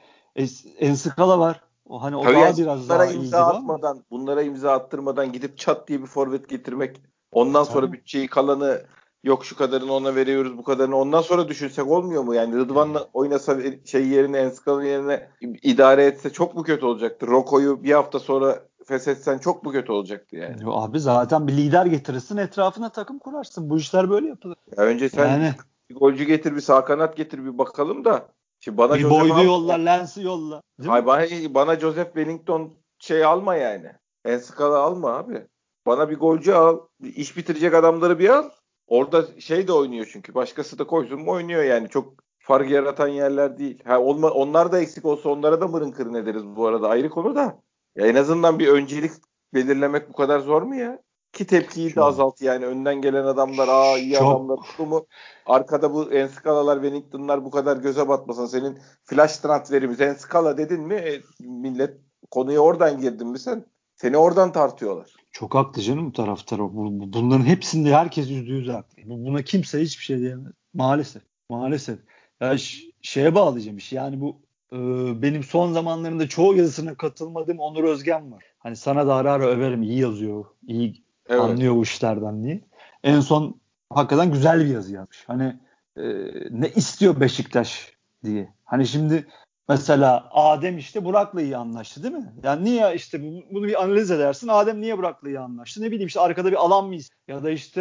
[SPEAKER 2] Enskala var. O
[SPEAKER 1] Tabii yani
[SPEAKER 2] daha biraz
[SPEAKER 1] bunlara
[SPEAKER 2] daha
[SPEAKER 1] imza
[SPEAKER 2] iyiydi bu ama.
[SPEAKER 1] atmadan, bunlara imza attırmadan gidip çat diye bir forvet getirmek, ondan sonra
[SPEAKER 2] Tabii.
[SPEAKER 1] bütçeyi kalanı, yok şu kadarını ona veriyoruz, bu kadarını ondan sonra düşünsek olmuyor mu? Yani Rıdvan'la oynasa, şey yerine, Enskala'nın yerine idare etse çok mu kötü olacaktı? Roko'yu bir hafta sonra feshetsen çok mu kötü olacaktı yani?
[SPEAKER 2] Abi zaten bir lider getirirsin, etrafına takım kurarsın. Bu işler böyle yapılır.
[SPEAKER 1] Ya önce sen
[SPEAKER 2] Yani
[SPEAKER 1] bir golcü getir, bir sağ kanat getir, bir bakalım da. Şimdi bana
[SPEAKER 2] bir
[SPEAKER 1] Joseph
[SPEAKER 2] boylu
[SPEAKER 1] alma
[SPEAKER 2] yolla,
[SPEAKER 1] ya.
[SPEAKER 2] Lens'i yolla. Değil
[SPEAKER 1] Hayır,
[SPEAKER 2] mi?
[SPEAKER 1] bana Joseph Wellington şey alma yani. Enskala alma abi. Bana bir golcü al. Bir iş bitirecek adamları bir al. Orada şey de oynuyor çünkü. Başkası da koysun mu oynuyor yani. Çok fark yaratan yerler değil. Onlar da eksik olsa onlara da mırın kırın ederiz bu arada. Ayrı konu da. Ya en azından bir öncelik belirlemek bu kadar zor mu ya? Ki tepkiyi de
[SPEAKER 2] Çok.
[SPEAKER 1] azalt yani. Önden gelen adamlar, iyi adamlar
[SPEAKER 2] Çok.
[SPEAKER 1] oldu mu? Arkada bu Enskalalar, Wellington'lar bu kadar göze batmasın. Senin flash transferimiz Enskala dedin mi? Millet konuya oradan girdin mi sen? Seni oradan tartıyorlar.
[SPEAKER 2] Çok haklı canım bu taraftar. Bunların hepsinde herkes %100 haklı. Buna kimse hiçbir şey diyemez. Maalesef. Maalesef. Ya şeye bağlayacağım iş. Yani bu benim son zamanlarında çoğu yazısına katılmadığım Onur Özgen var. Hani sana da ara ara överim. İyi yazıyor. İyi
[SPEAKER 1] Evet.
[SPEAKER 2] anlıyor bu işlerden diye. En son hakikaten güzel bir yazı yazmış. Hani e, ne istiyor Beşiktaş diye. Hani şimdi mesela Adem işte Burak'la iyi anlaştı değil mi? Yani niye işte bunu bir analiz edersin. Adem niye Burak'la iyi anlaştı? Ne bileyim işte arkada bir alan mı istiyor? Ya da işte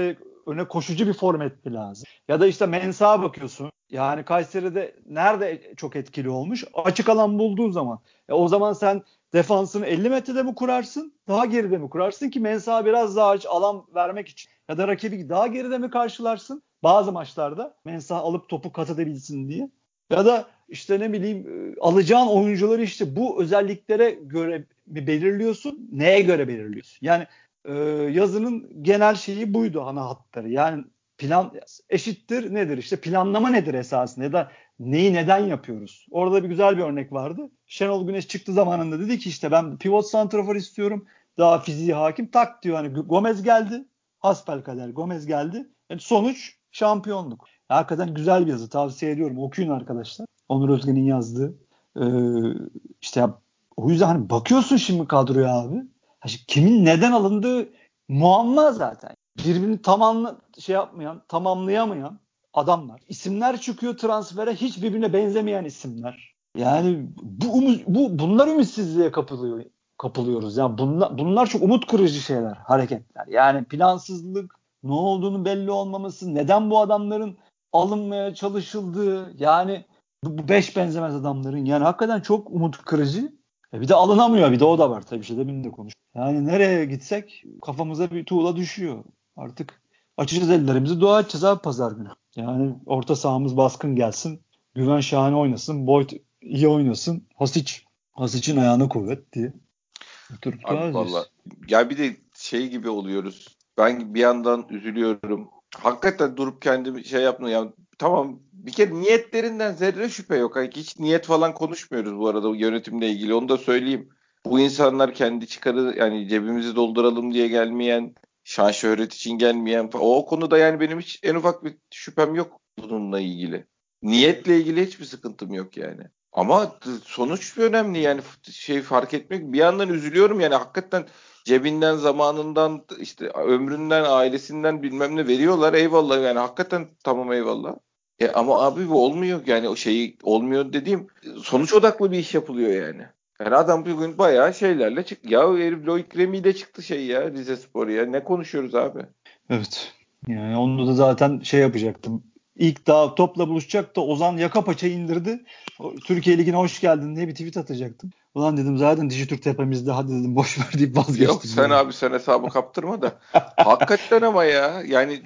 [SPEAKER 2] öne koşucu bir forvet lazım. Ya da işte Mensah'a bakıyorsun. Yani Kayseri'de nerede çok etkili olmuş? Açık alan bulduğu zaman. O zaman sen defansını 50 metrede mi kurarsın? Daha geride mi kurarsın ki Mensah'a biraz daha alan vermek için? Ya da rakibi daha geride mi karşılarsın? Bazı maçlarda Mensah alıp topu kat edebilsin diye. Ya da işte ne bileyim alacağın oyuncuları işte bu özelliklere göre mi belirliyorsun? Neye göre belirliyorsun? Yani yazının genel şeyi buydu, ana hatları. Yani plan eşittir nedir? İşte planlama nedir esasında ya da neyi neden yapıyoruz? Orada bir güzel bir örnek vardı. Şenol Güneş çıktı zamanında, dedi ki işte ben pivot santrafor istiyorum. Daha fiziği hakim. Tak diyor, hani Gomez geldi. Hasbelkader Gomez geldi. Yani sonuç şampiyonluk. Hakikaten güzel bir yazı. Tavsiye ediyorum. Okuyun arkadaşlar. Onur Özgen'in yazdığı. Ee, işte ya, o yüzden hani bakıyorsun şimdi kadroya abi. Kimin neden alındığı muamma zaten. Birbirini tamamlayamayan adamlar. İsimler çıkıyor transfere, hiç birbirine benzemeyen isimler. Yani bunlar ümitsizliğe kapılıyoruz. Yani bunlar çok umut kırıcı şeyler, hareketler. Yani plansızlık, ne olduğunu belli olmaması, neden bu adamların alınmaya çalışıldığı, yani bu beş benzemez adamların, yani hakikaten çok umut kırıcı. Bir de alınamıyor, bir de o da var tabii, demin de konuş. Yani nereye gitsek kafamıza bir tuğla düşüyor. Artık açacağız ellerimizi, dua edeceğiz abi pazar günü. Yani orta sahamız baskın gelsin. Güven şahane oynasın. Boyd iyi oynasın. Hasic'in ayağına kuvvet diye. Oturup dua
[SPEAKER 1] Abi valla
[SPEAKER 2] edeceğiz.
[SPEAKER 1] ya bir de şey gibi oluyoruz. Ben bir yandan üzülüyorum. Hakikaten durup kendimi şey yapmıyor. Ya tamam, bir kere niyetlerinden zerre şüphe yok. Hani hiç niyet falan konuşmuyoruz bu arada yönetimle ilgili. Onu da söyleyeyim. Bu insanlar kendi çıkarı, yani cebimizi dolduralım diye gelmeyen, şan şöhret için gelmeyen falan. O konuda yani benim hiç en ufak bir şüphem yok bununla ilgili. Niyetle ilgili hiçbir sıkıntım yok yani. Ama sonuç önemli yani, şey fark etmek. Bir yandan üzülüyorum yani, hakikaten cebinden, zamanından, işte ömründen, ailesinden bilmem ne veriyorlar, eyvallah yani, hakikaten tamam, eyvallah. Ama abi bu olmuyor yani, o şeyi olmuyor dediğim, sonuç odaklı bir iş yapılıyor yani. Yani adam bugün bayağı şeylerle çıktı. Ya herif Loic Remy ile çıktı şey ya, Rizespor ya. Ne konuşuyoruz abi?
[SPEAKER 2] Evet. Yani onu da zaten şey yapacaktım. İlk daha topla buluşacak da Ozan yaka paça indirdi. Türkiye Ligi'ne hoş geldin diye bir tweet atacaktım. Ulan dedim zaten Dijitürk tepemizde, hadi dedim boş ver deyip
[SPEAKER 1] Yok
[SPEAKER 2] vazgeçtim
[SPEAKER 1] sen
[SPEAKER 2] yani.
[SPEAKER 1] abi, sen hesabı kaptırma da. Hakikaten ama ya yani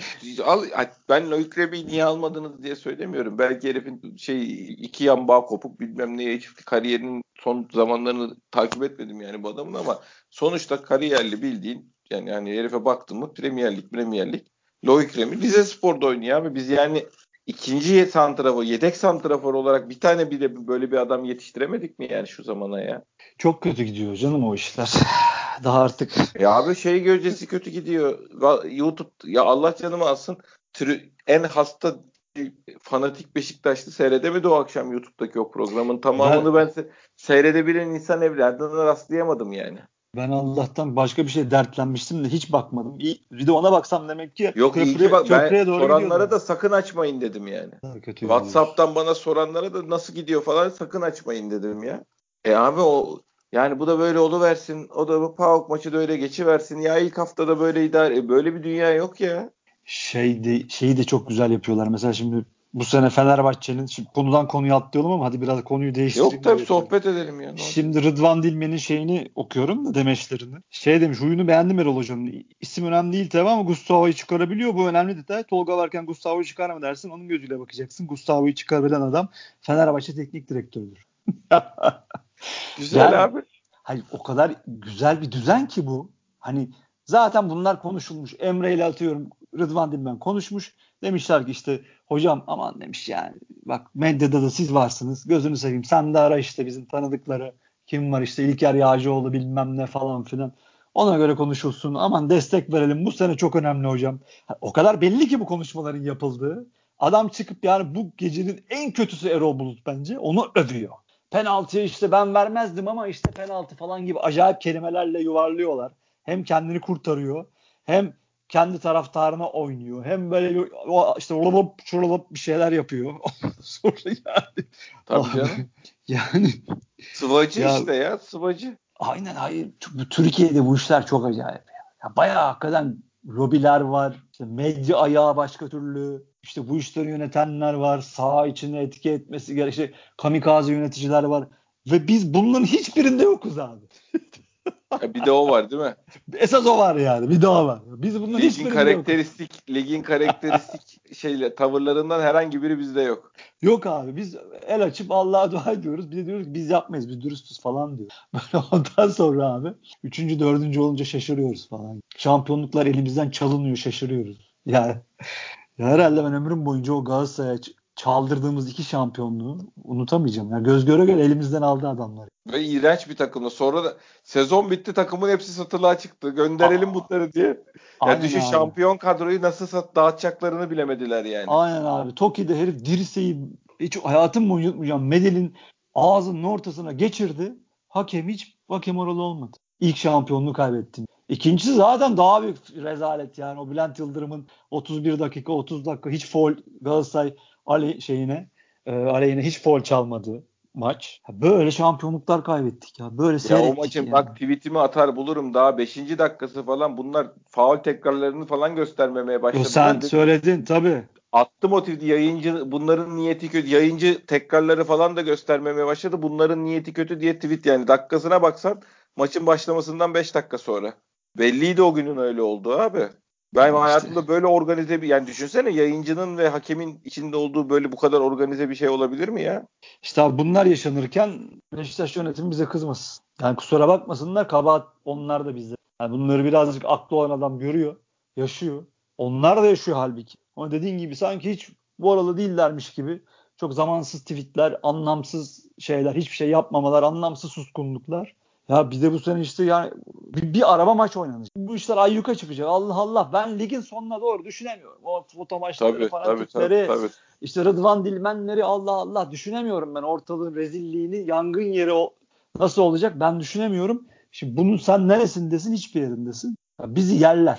[SPEAKER 1] ben Loic Remy'yi niye almadınız diye söylemiyorum. Belki herifin şey, iki yan bağ kopuk bilmem neye, hiç kariyerinin son zamanlarını takip etmedim yani bu adamın, ama sonuçta kariyerli bildiğin, yani herife baktın mı Premier Lig. Loic Remy Rizespor'da oynuyor abi. Biz yani ikinci santrafor, yedek santrafor olarak bir tane bile böyle bir adam yetiştiremedik mi yani şu zamana ya?
[SPEAKER 2] Çok kötü gidiyor canım o işler. Daha artık
[SPEAKER 1] Abi şey, görecesi kötü gidiyor. YouTube ya, Allah canımı alsın. En hasta fanatik Beşiktaşlı seyredemedi o akşam YouTube'daki o programın
[SPEAKER 2] ben
[SPEAKER 1] tamamını. Ben seyredebilen insan evladına rastlayamadım yani.
[SPEAKER 2] ben Allah'tan başka bir şey dertlenmiştim de hiç bakmadım. Bir de ona baksam demek ki
[SPEAKER 1] Yok, iyi ki bak, ben
[SPEAKER 2] köprüye doğru
[SPEAKER 1] soranlara
[SPEAKER 2] gidiyordum.
[SPEAKER 1] da sakın açmayın dedim yani.
[SPEAKER 2] Daha kötü gidiyoruz.
[SPEAKER 1] WhatsApp'tan bana soranlara da nasıl gidiyor falan sakın açmayın dedim ya. Abi o yani, bu da böyle oluversin. O da bu PAOK maçı da öyle geçiversin. Ya ilk haftada böyle idare. Böyle bir dünya yok ya.
[SPEAKER 2] Şeyi de çok güzel yapıyorlar. Mesela şimdi bu sene Fenerbahçe'nin, şimdi konudan konuya atlayalım ama hadi biraz konuyu
[SPEAKER 1] Yok
[SPEAKER 2] değiştireyim de
[SPEAKER 1] tabii,
[SPEAKER 2] geçelim.
[SPEAKER 1] sohbet edelim ya, ne olacak?
[SPEAKER 2] Şimdi Rıdvan Dilmen'in şeyini okuyorum da, demeçlerini. Şey demiş, huyunu beğendim Erol Hoca'nın. İsim önemli değil tabii ama Gustavo'yu çıkarabiliyor. Bu önemli detay. Tolga varken Gustavo'yu çıkar mı dersin? Onun gözüyle bakacaksın. Gustavo'yu çıkarabilen adam Fenerbahçe teknik direktörüdür.
[SPEAKER 1] Güzel
[SPEAKER 2] Yani
[SPEAKER 1] abi.
[SPEAKER 2] hani o kadar güzel bir düzen ki bu. Hani zaten bunlar konuşulmuş. Emre ile atıyorum, Rıdvan Dilmen konuşmuş. Demişler ki işte hocam aman demiş, yani bak medyada da siz varsınız. Gözünü seveyim sen de ara işte bizim tanıdıkları. Kim var işte, İlker Yağcıoğlu bilmem ne falan filan. Ona göre konuşulsun. Aman destek verelim. Bu sene çok önemli hocam. O kadar belli ki bu konuşmaların yapıldığı. Adam çıkıp, yani bu gecenin en kötüsü Erol Bulut bence, onu övüyor. Penaltıya işte ben vermezdim ama işte penaltı falan gibi acayip kelimelerle yuvarlıyorlar. Hem kendini kurtarıyor, hem kendi taraftarına oynuyor, hem böyle işte şurulup bir şeyler yapıyor. Sonra yani
[SPEAKER 1] Tabii
[SPEAKER 2] abi,
[SPEAKER 1] canım.
[SPEAKER 2] yani
[SPEAKER 1] Sıvacı
[SPEAKER 2] ya
[SPEAKER 1] işte ya, sıvacı.
[SPEAKER 2] aynen, hayır, Türkiye'de bu işler çok acayip ya. Ya bayağı hakikaten lobiler var. İşte medya ayağı başka türlü. İşte bu işleri yönetenler var. Saha içine etki etmesi gerek. İşte kamikaze yöneticiler var. Ve biz bunların hiçbirinde yokuz abi.
[SPEAKER 1] Bir de o var değil mi?
[SPEAKER 2] Esas o var yani. Bir daha var. Biz bunların hiçbirinde yokuz.
[SPEAKER 1] Ligin karakteristik tavırlarından herhangi biri bizde yok.
[SPEAKER 2] Yok abi, biz el açıp Allah'a dua ediyoruz. Bir de diyoruz ki biz yapmayız, biz dürüstüz falan diyor. Böyle ondan sonra abi 3. 4. olunca şaşırıyoruz falan. Şampiyonluklar elimizden çalınıyor, şaşırıyoruz. Yani ya herhalde ben ömrüm boyunca o Galatasaray'a çaldırdığımız 2 şampiyonluğu unutamayacağım. Yani göz göre göre elimizden aldı adamlar.
[SPEAKER 1] Ve iğrenç bir takımda. Sonra da sezon bitti, takımın hepsi satılığa çıktı. Gönderelim bunları diye. Ya
[SPEAKER 2] Aynen
[SPEAKER 1] düşün,
[SPEAKER 2] abi.
[SPEAKER 1] şampiyon kadroyu nasıl dağıtacaklarını bilemediler yani.
[SPEAKER 2] Aynen abi. Toki'de herif dirseği hiç hayatım boyunca unutmayacağım. Medel'in ağzının ortasına geçirdi. Hakem oralı olmadı. İlk şampiyonluğu kaybettin. İkincisi zaten daha büyük rezalet yani. O Bülent Yıldırım'ın 31 dakika 30 dakika hiç faul Galatasaray aleyhine hiç faul çalmadığı maç. Böyle şampiyonluklar kaybettik ya. Böyle
[SPEAKER 1] Ya o
[SPEAKER 2] seyrettik
[SPEAKER 1] maçın
[SPEAKER 2] yani.
[SPEAKER 1] bak, tweetimi atar bulurum, daha 5. dakikası falan bunlar faul tekrarlarını falan göstermemeye
[SPEAKER 2] Yo, sen
[SPEAKER 1] başladılar.
[SPEAKER 2] söyledin tabii.
[SPEAKER 1] Attım o tweet'i, yayıncı bunların niyeti kötü. Yayıncı tekrarları falan da göstermemeye başladı. Bunların niyeti kötü diye tweet, yani dakikasına baksan maçın başlamasından 5 dakika sonra. Belliydi o günün öyle olduğu abi. Ben
[SPEAKER 2] İşte
[SPEAKER 1] hayatımda böyle organize bir, yani düşünsene, yayıncının ve hakemin içinde olduğu böyle bu kadar organize bir şey olabilir mi ya?
[SPEAKER 2] İşte abi bunlar yaşanırken Beşiktaş yönetimi bize kızmasın. Yani kusura bakmasınlar, kabahat onlar da bizde. Yani bunları birazcık aklı olan adam görüyor, yaşıyor. Onlar da yaşıyor halbuki. Ama dediğin gibi sanki hiç bu aralı değillermiş gibi çok zamansız tweetler, anlamsız şeyler, hiçbir şey yapmamalar, anlamsız suskunluklar. Ya bize bu sene işte yani bir araba maç oynanacak. Bu işler ayyuka çıkacak. Allah Allah, ben ligin sonuna doğru düşünemiyorum. O foto maçları,
[SPEAKER 1] Tabii, tabii, tabii,
[SPEAKER 2] fanatikleri,
[SPEAKER 1] tabii.
[SPEAKER 2] işte Rıdvan Dilmenleri, Allah Allah düşünemiyorum ben, ortalığın rezilliğini, yangın yeri nasıl olacak ben düşünemiyorum. Şimdi bunun sen neresindesin? Hiçbir yerindesin. Ya bizi yerler.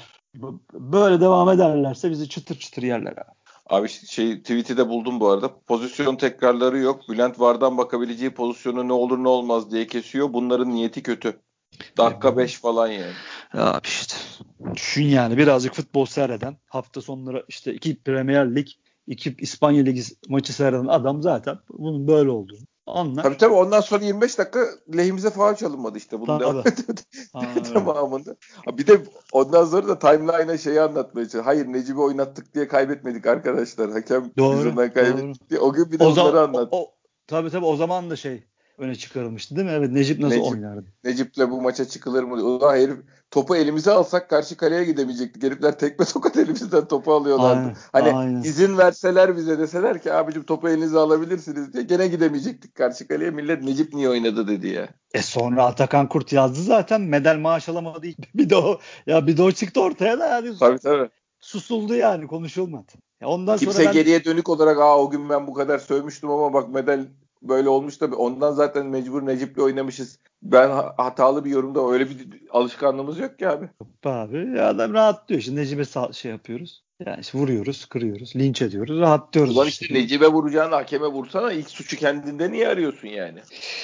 [SPEAKER 2] Böyle devam ederlerse bizi çıtır çıtır yerler abi.
[SPEAKER 1] Abi tweet'i de buldum bu arada. Pozisyon tekrarları yok. Bülent VAR'dan bakabileceği pozisyonu ne olur ne olmaz diye kesiyor. Bunların niyeti kötü. Dakika 5 falan yani.
[SPEAKER 2] Ya işte düşün yani, birazcık futbol seyreden, hafta sonları işte 2 Premier Lig, 2 İspanya Ligi maçı seyreden adam zaten bunun böyle olduğunu
[SPEAKER 1] Tabii,
[SPEAKER 2] anlar.
[SPEAKER 1] tabii, ondan sonra 25 dakika lehimize faul çalınmadı işte. Bunun devam
[SPEAKER 2] Tabii. Aynen.
[SPEAKER 1] tamamında. Bir de ondan sonra da timeline'a şeyi anlatmaya çalışıyor. Hayır, Necip'i oynattık diye kaybetmedik arkadaşlar. Hakem
[SPEAKER 2] Doğru.
[SPEAKER 1] yüzünden
[SPEAKER 2] Doğru.
[SPEAKER 1] kaybettik diye. O gün bir de
[SPEAKER 2] O zaman
[SPEAKER 1] bunları anlat.
[SPEAKER 2] tabii o zaman da şey öne çıkarılmıştı değil mi? Evet, Necip nasıl
[SPEAKER 1] Necip
[SPEAKER 2] oynardı?
[SPEAKER 1] Necip'le bu maça çıkılır mı? Ulan herif, topu elimize alsak karşı kaleye gidemeyecektik. Herifler tekme tokat elimizden topu alıyorlardı.
[SPEAKER 2] Aynen.
[SPEAKER 1] Hani
[SPEAKER 2] Aynen.
[SPEAKER 1] izin verseler, bize deseler ki abicim topu elinize alabilirsiniz diye, gene gidemeyecektik karşı kaleye. Millet Necip niye oynadı dedi ya.
[SPEAKER 2] Sonra Atakan Kurt yazdı zaten. Medel maaş alamadı. Bir de o çıktı ortaya da yani
[SPEAKER 1] Tabii, tabii.
[SPEAKER 2] susuldu yani, konuşulmadı. Ondan sonra
[SPEAKER 1] Kimse
[SPEAKER 2] ben
[SPEAKER 1] geriye dönük olarak o gün ben bu kadar sövmüştüm ama bak medal böyle olmuş da ondan zaten mecbur Necip'le oynamışız. Ben hatalı bir yorumda, öyle bir alışkanlığımız yok ki abi.
[SPEAKER 2] abi adam rahatlıyor. Şimdi Necip'e şey yapıyoruz. Yani işte vuruyoruz, kırıyoruz, linç ediyoruz. Rahatlıyoruz bir
[SPEAKER 1] Ulan işte
[SPEAKER 2] şekilde.
[SPEAKER 1] Necip'e vuracağını hakeme vursana, ilk suçu kendinde niye arıyorsun yani?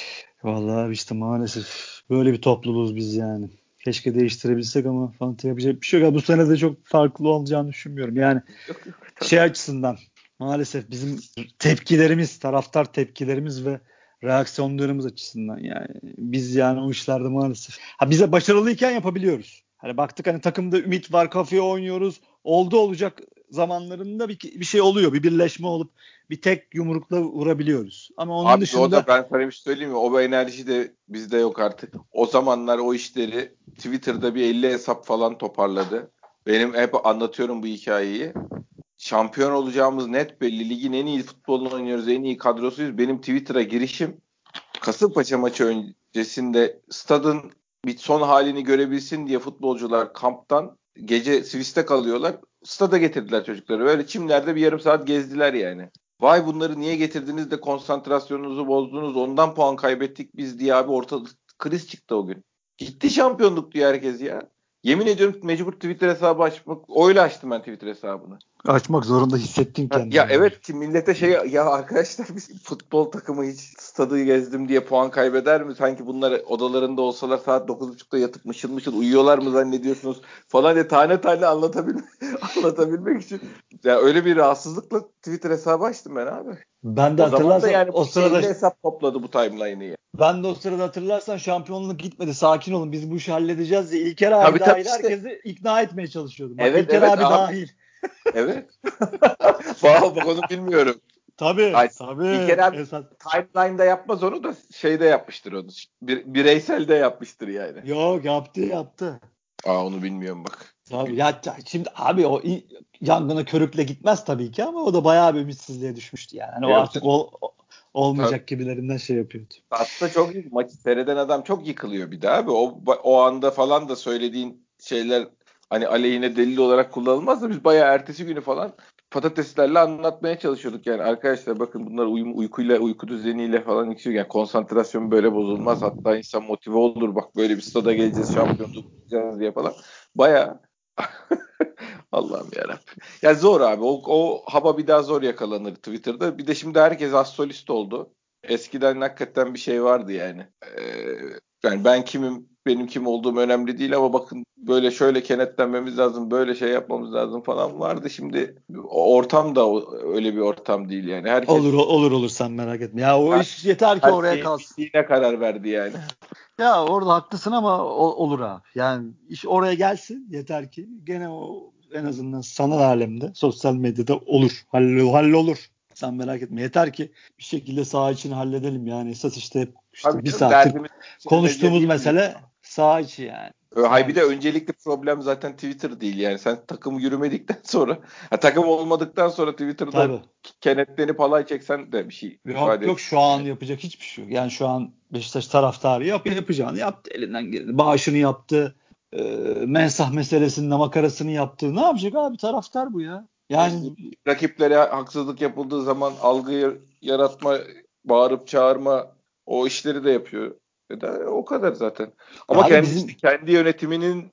[SPEAKER 2] Vallahi işte maalesef böyle bir topluluğuz biz yani. Keşke değiştirebilsek ama falan yapacak bir şey yok. Bu sene de çok farklı olacağını düşünmüyorum. Yani
[SPEAKER 1] Yok, yok,
[SPEAKER 2] şey
[SPEAKER 1] tabii.
[SPEAKER 2] açısından maalesef bizim tepkilerimiz, taraftar tepkilerimiz ve reaksiyonlarımız açısından yani biz yani o işlerde maalesef. Bize başarılıyken yapabiliyoruz. Hani baktık hani takımda ümit var, kafaya oynuyoruz. Oldu olacak zamanlarında bir şey oluyor. Bir birleşme olup bir tek yumrukla vurabiliyoruz. Ama onun
[SPEAKER 1] Abi o
[SPEAKER 2] dışında
[SPEAKER 1] da, ben sana bir şey söyleyeyim mi? O enerji de bizde yok artık. O zamanlar o işleri Twitter'da bir 50 hesap falan toparladı. Benim hep anlatıyorum bu hikayeyi. Şampiyon olacağımız net belli. Ligin en iyi futbolunu oynuyoruz. En iyi kadrosuyuz. Benim Twitter'a girişim Kasımpaşa maçı öncesinde stadın bir son halini görebilsin diye futbolcular kamptan gece Sivas'ta kalıyorlar. Stada getirdiler çocukları. Böyle çimlerde bir yarım saat gezdiler yani. Vay, bunları niye getirdiniz de konsantrasyonunuzu bozdunuz, ondan puan kaybettik biz diye abi, ortada kriz çıktı o gün. Gitti şampiyonluk diyor herkes ya. Yemin ediyorum mecbur Twitter hesabı açmak. Öyle açtım ben Twitter hesabını.
[SPEAKER 2] Açmak zorunda hissettin kendini.
[SPEAKER 1] Ya evet ki millete ya arkadaşlar biz futbol takımı hiç stadı gezdim diye puan kaybeder mi? Sanki bunlar odalarında olsalar saat 9.30'da yatıp mışıl mışıl uyuyorlar mı zannediyorsunuz falan diye tane tane anlatabilmek için. Ya öyle bir rahatsızlıkla Twitter hesabı açtım ben abi.
[SPEAKER 2] Ben de
[SPEAKER 1] O zaman da
[SPEAKER 2] hatırlarsan
[SPEAKER 1] yani
[SPEAKER 2] o
[SPEAKER 1] bu 50
[SPEAKER 2] sırada
[SPEAKER 1] hesap topladı bu timeline'ı ya.
[SPEAKER 2] ben de o sırada hatırlarsan şampiyonluk gitmedi. Sakin olun biz bu işi halledeceğiz diye İlker abi
[SPEAKER 1] Tabii tabii
[SPEAKER 2] dahil
[SPEAKER 1] işte.
[SPEAKER 2] herkesi ikna etmeye çalışıyordum. Bak
[SPEAKER 1] Evet
[SPEAKER 2] İlker
[SPEAKER 1] evet
[SPEAKER 2] abi
[SPEAKER 1] abi.
[SPEAKER 2] dahil.
[SPEAKER 1] Evet. Bak onu bilmiyorum.
[SPEAKER 2] Tabii
[SPEAKER 1] Ay, İlker
[SPEAKER 2] tabii.
[SPEAKER 1] abi
[SPEAKER 2] Esas.
[SPEAKER 1] timeline'da yapmaz onu da şeyde yapmıştır onu. Bireyselde yapmıştır yani.
[SPEAKER 2] Yok yaptı.
[SPEAKER 1] Onu bilmiyorum bak.
[SPEAKER 2] Tabii ya şimdi abi yangına körükle gitmez tabii ki ama o da bayağı bir ümitsizliğe düşmüştü yani. Hani o
[SPEAKER 1] Yok
[SPEAKER 2] artık
[SPEAKER 1] canım.
[SPEAKER 2] olmayacak gibilerinden şey yapıyordu.
[SPEAKER 1] Hatta çok maçı seyreden adam çok yıkılıyor bir daha abi. O anda falan da söylediğin şeyler hani aleyhine delil olarak kullanılmaz da biz bayağı ertesi günü falan patateslerle anlatmaya çalışıyorduk. Yani arkadaşlar bakın bunlar uykuyla uyku düzeniyle falan içiyor. Yani konsantrasyon böyle bozulmaz. Hatta insan motive olur. Bak böyle bir stada geleceğiz şampiyonluk yapacağız diye falan. Bayağı Allah'ım yarabbim. Ya zor abi. O hava bir daha zor yakalanır Twitter'da. Bir de şimdi herkes astrolist oldu. Eskiden hakikaten bir şey vardı yani. Yani ben kimim, benim kim olduğum önemli değil ama bakın böyle şöyle kenetlenmemiz lazım, böyle şey yapmamız lazım falan vardı. Şimdi o ortam da öyle bir ortam değil yani. Herkes
[SPEAKER 2] Olur sen merak etme. Ya o
[SPEAKER 1] her,
[SPEAKER 2] iş yeter ki
[SPEAKER 1] her
[SPEAKER 2] oraya
[SPEAKER 1] şeyin
[SPEAKER 2] kalsın.
[SPEAKER 1] bittiğine karar verdi yani.
[SPEAKER 2] Ya orada haklısın ama olur abi. Yani iş oraya gelsin yeter ki gene o en azından sanal alemde sosyal medyada olur. Hallolur. Sen merak etme. Yeter ki bir şekilde saha içini halledelim yani. Esas
[SPEAKER 1] Tabii
[SPEAKER 2] işte bir
[SPEAKER 1] canım
[SPEAKER 2] saattir
[SPEAKER 1] derdimiz sosyal medya
[SPEAKER 2] konuştuğumuz
[SPEAKER 1] değil bizim.
[SPEAKER 2] mesele saha içi yani.
[SPEAKER 1] Hay
[SPEAKER 2] Saha
[SPEAKER 1] bir de
[SPEAKER 2] içi.
[SPEAKER 1] öncelikli problem zaten Twitter değil yani. Sen takım yürümedikten sonra, takım olmadıktan sonra Twitter'da
[SPEAKER 2] Tabii.
[SPEAKER 1] kenetlenip halay çeksen de bir şey ifade
[SPEAKER 2] Yok şu
[SPEAKER 1] etmiyor
[SPEAKER 2] an
[SPEAKER 1] yani.
[SPEAKER 2] yapacak hiçbir şey yok. Yani şu an Beşiktaş taraftarı yapacağını yaptı. Elinden geleni. Bağışını yaptı. E, mensah meselesinin makarasını yaptı. Ne yapacak abi? Taraftar bu ya. Yani
[SPEAKER 1] Rakiplere haksızlık yapıldığı zaman algı yaratma, bağırıp çağırma o işleri de yapıyor. O kadar zaten.
[SPEAKER 2] ya
[SPEAKER 1] Ama
[SPEAKER 2] abi
[SPEAKER 1] kendi yönetiminin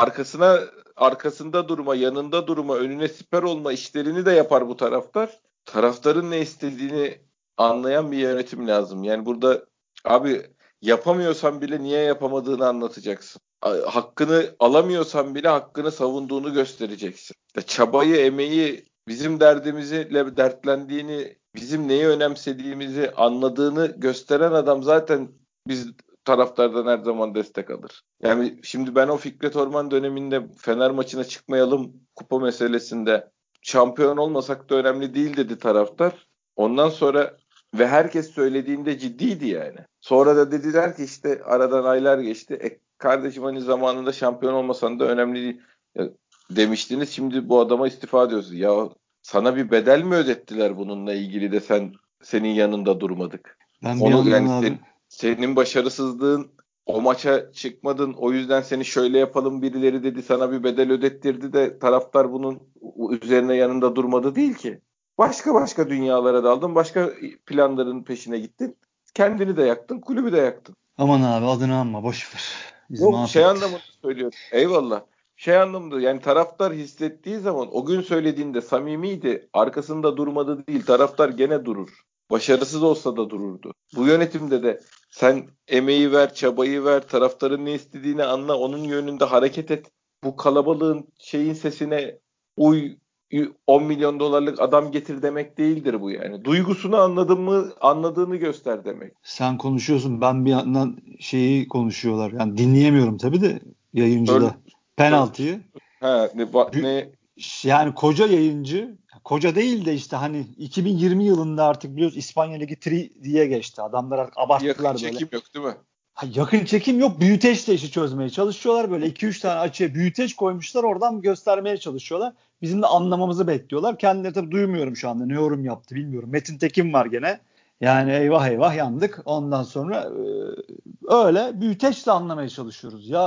[SPEAKER 1] arkasında durma, yanında durma, önüne siper olma işlerini de yapar bu taraftar. Taraftarın ne istediğini anlayan bir yönetim lazım. Yani burada abi yapamıyorsan bile niye yapamadığını anlatacaksın. Hakkını alamıyorsan bile hakkını savunduğunu göstereceksin. Çabayı, emeği, bizim derdimizle dertlendiğini, bizim neyi önemsediğimizi anladığını gösteren adam zaten biz taraftardan her zaman destek alır. Yani şimdi ben o Fikret Orman döneminde Fener maçına çıkmayalım kupa meselesinde şampiyon olmasak da önemli değil dedi taraftar. Ondan sonra ve herkes söylediğinde ciddiydi yani. Sonra da dediler ki işte aradan aylar geçti. Kardeşim hani zamanında şampiyon olmasan da önemli değil. Ya, demiştiniz şimdi bu adama istifa ediyorsun. Ya sana bir bedel mi ödettiler bununla ilgili de senin yanında durmadık.
[SPEAKER 2] ben bir
[SPEAKER 1] Onu
[SPEAKER 2] yandan
[SPEAKER 1] yani
[SPEAKER 2] abi
[SPEAKER 1] senin başarısızlığın o maça çıkmadın o yüzden seni şöyle yapalım birileri dedi sana bir bedel ödettirdi de taraftar bunun üzerine yanında durmadı değil ki. Başka dünyalara daldın başka planların peşine gittin. Kendini de yaktın kulübü de yaktın.
[SPEAKER 2] aman abi adını anma boş ver. Bizi
[SPEAKER 1] Yok şey
[SPEAKER 2] mahvetti.
[SPEAKER 1] anlamında söylüyorum. Eyvallah. Şey anlamında yani taraftar hissettiği zaman o gün söylediğinde samimiydi. Arkasında durmadı değil. Taraftar gene durur. Başarısız olsa da dururdu. Bu yönetimde de sen emeği ver, çabayı ver, taraftarın ne istediğini anla, onun yönünde hareket et. Bu kalabalığın şeyin sesine uy, 10 milyon dolarlık adam getir demek değildir bu yani. Duygusunu anladın mı, anladığını göster demek.
[SPEAKER 2] Sen konuşuyorsun ben bir yandan şeyi konuşuyorlar. Yani dinleyemiyorum tabii de
[SPEAKER 1] Söyle,
[SPEAKER 2] yayıncıda.
[SPEAKER 1] söyle.
[SPEAKER 2] Penaltıyı.
[SPEAKER 1] Ha,
[SPEAKER 2] Bü-
[SPEAKER 1] ne
[SPEAKER 2] Yani koca yayıncı koca değil de işte hani 2020 yılında artık biliyoruz İspanya Ligi 3 diye geçti. Adamlar artık
[SPEAKER 1] yakın
[SPEAKER 2] abarttılar böyle.
[SPEAKER 1] çekim yok değil mi?
[SPEAKER 2] Ha, yakın çekim yok. Büyüteçle işi çözmeye çalışıyorlar. Böyle 2-3 tane açıya büyüteç koymuşlar. Oradan göstermeye çalışıyorlar. Bizim de anlamamızı bekliyorlar. Kendileri tabii duymuyorum şu anda. Ne yorum yaptı bilmiyorum. Metin Tekin var gene. Yani eyvah eyvah yandık. Ondan sonra öyle büyüteçle anlamaya çalışıyoruz. Ya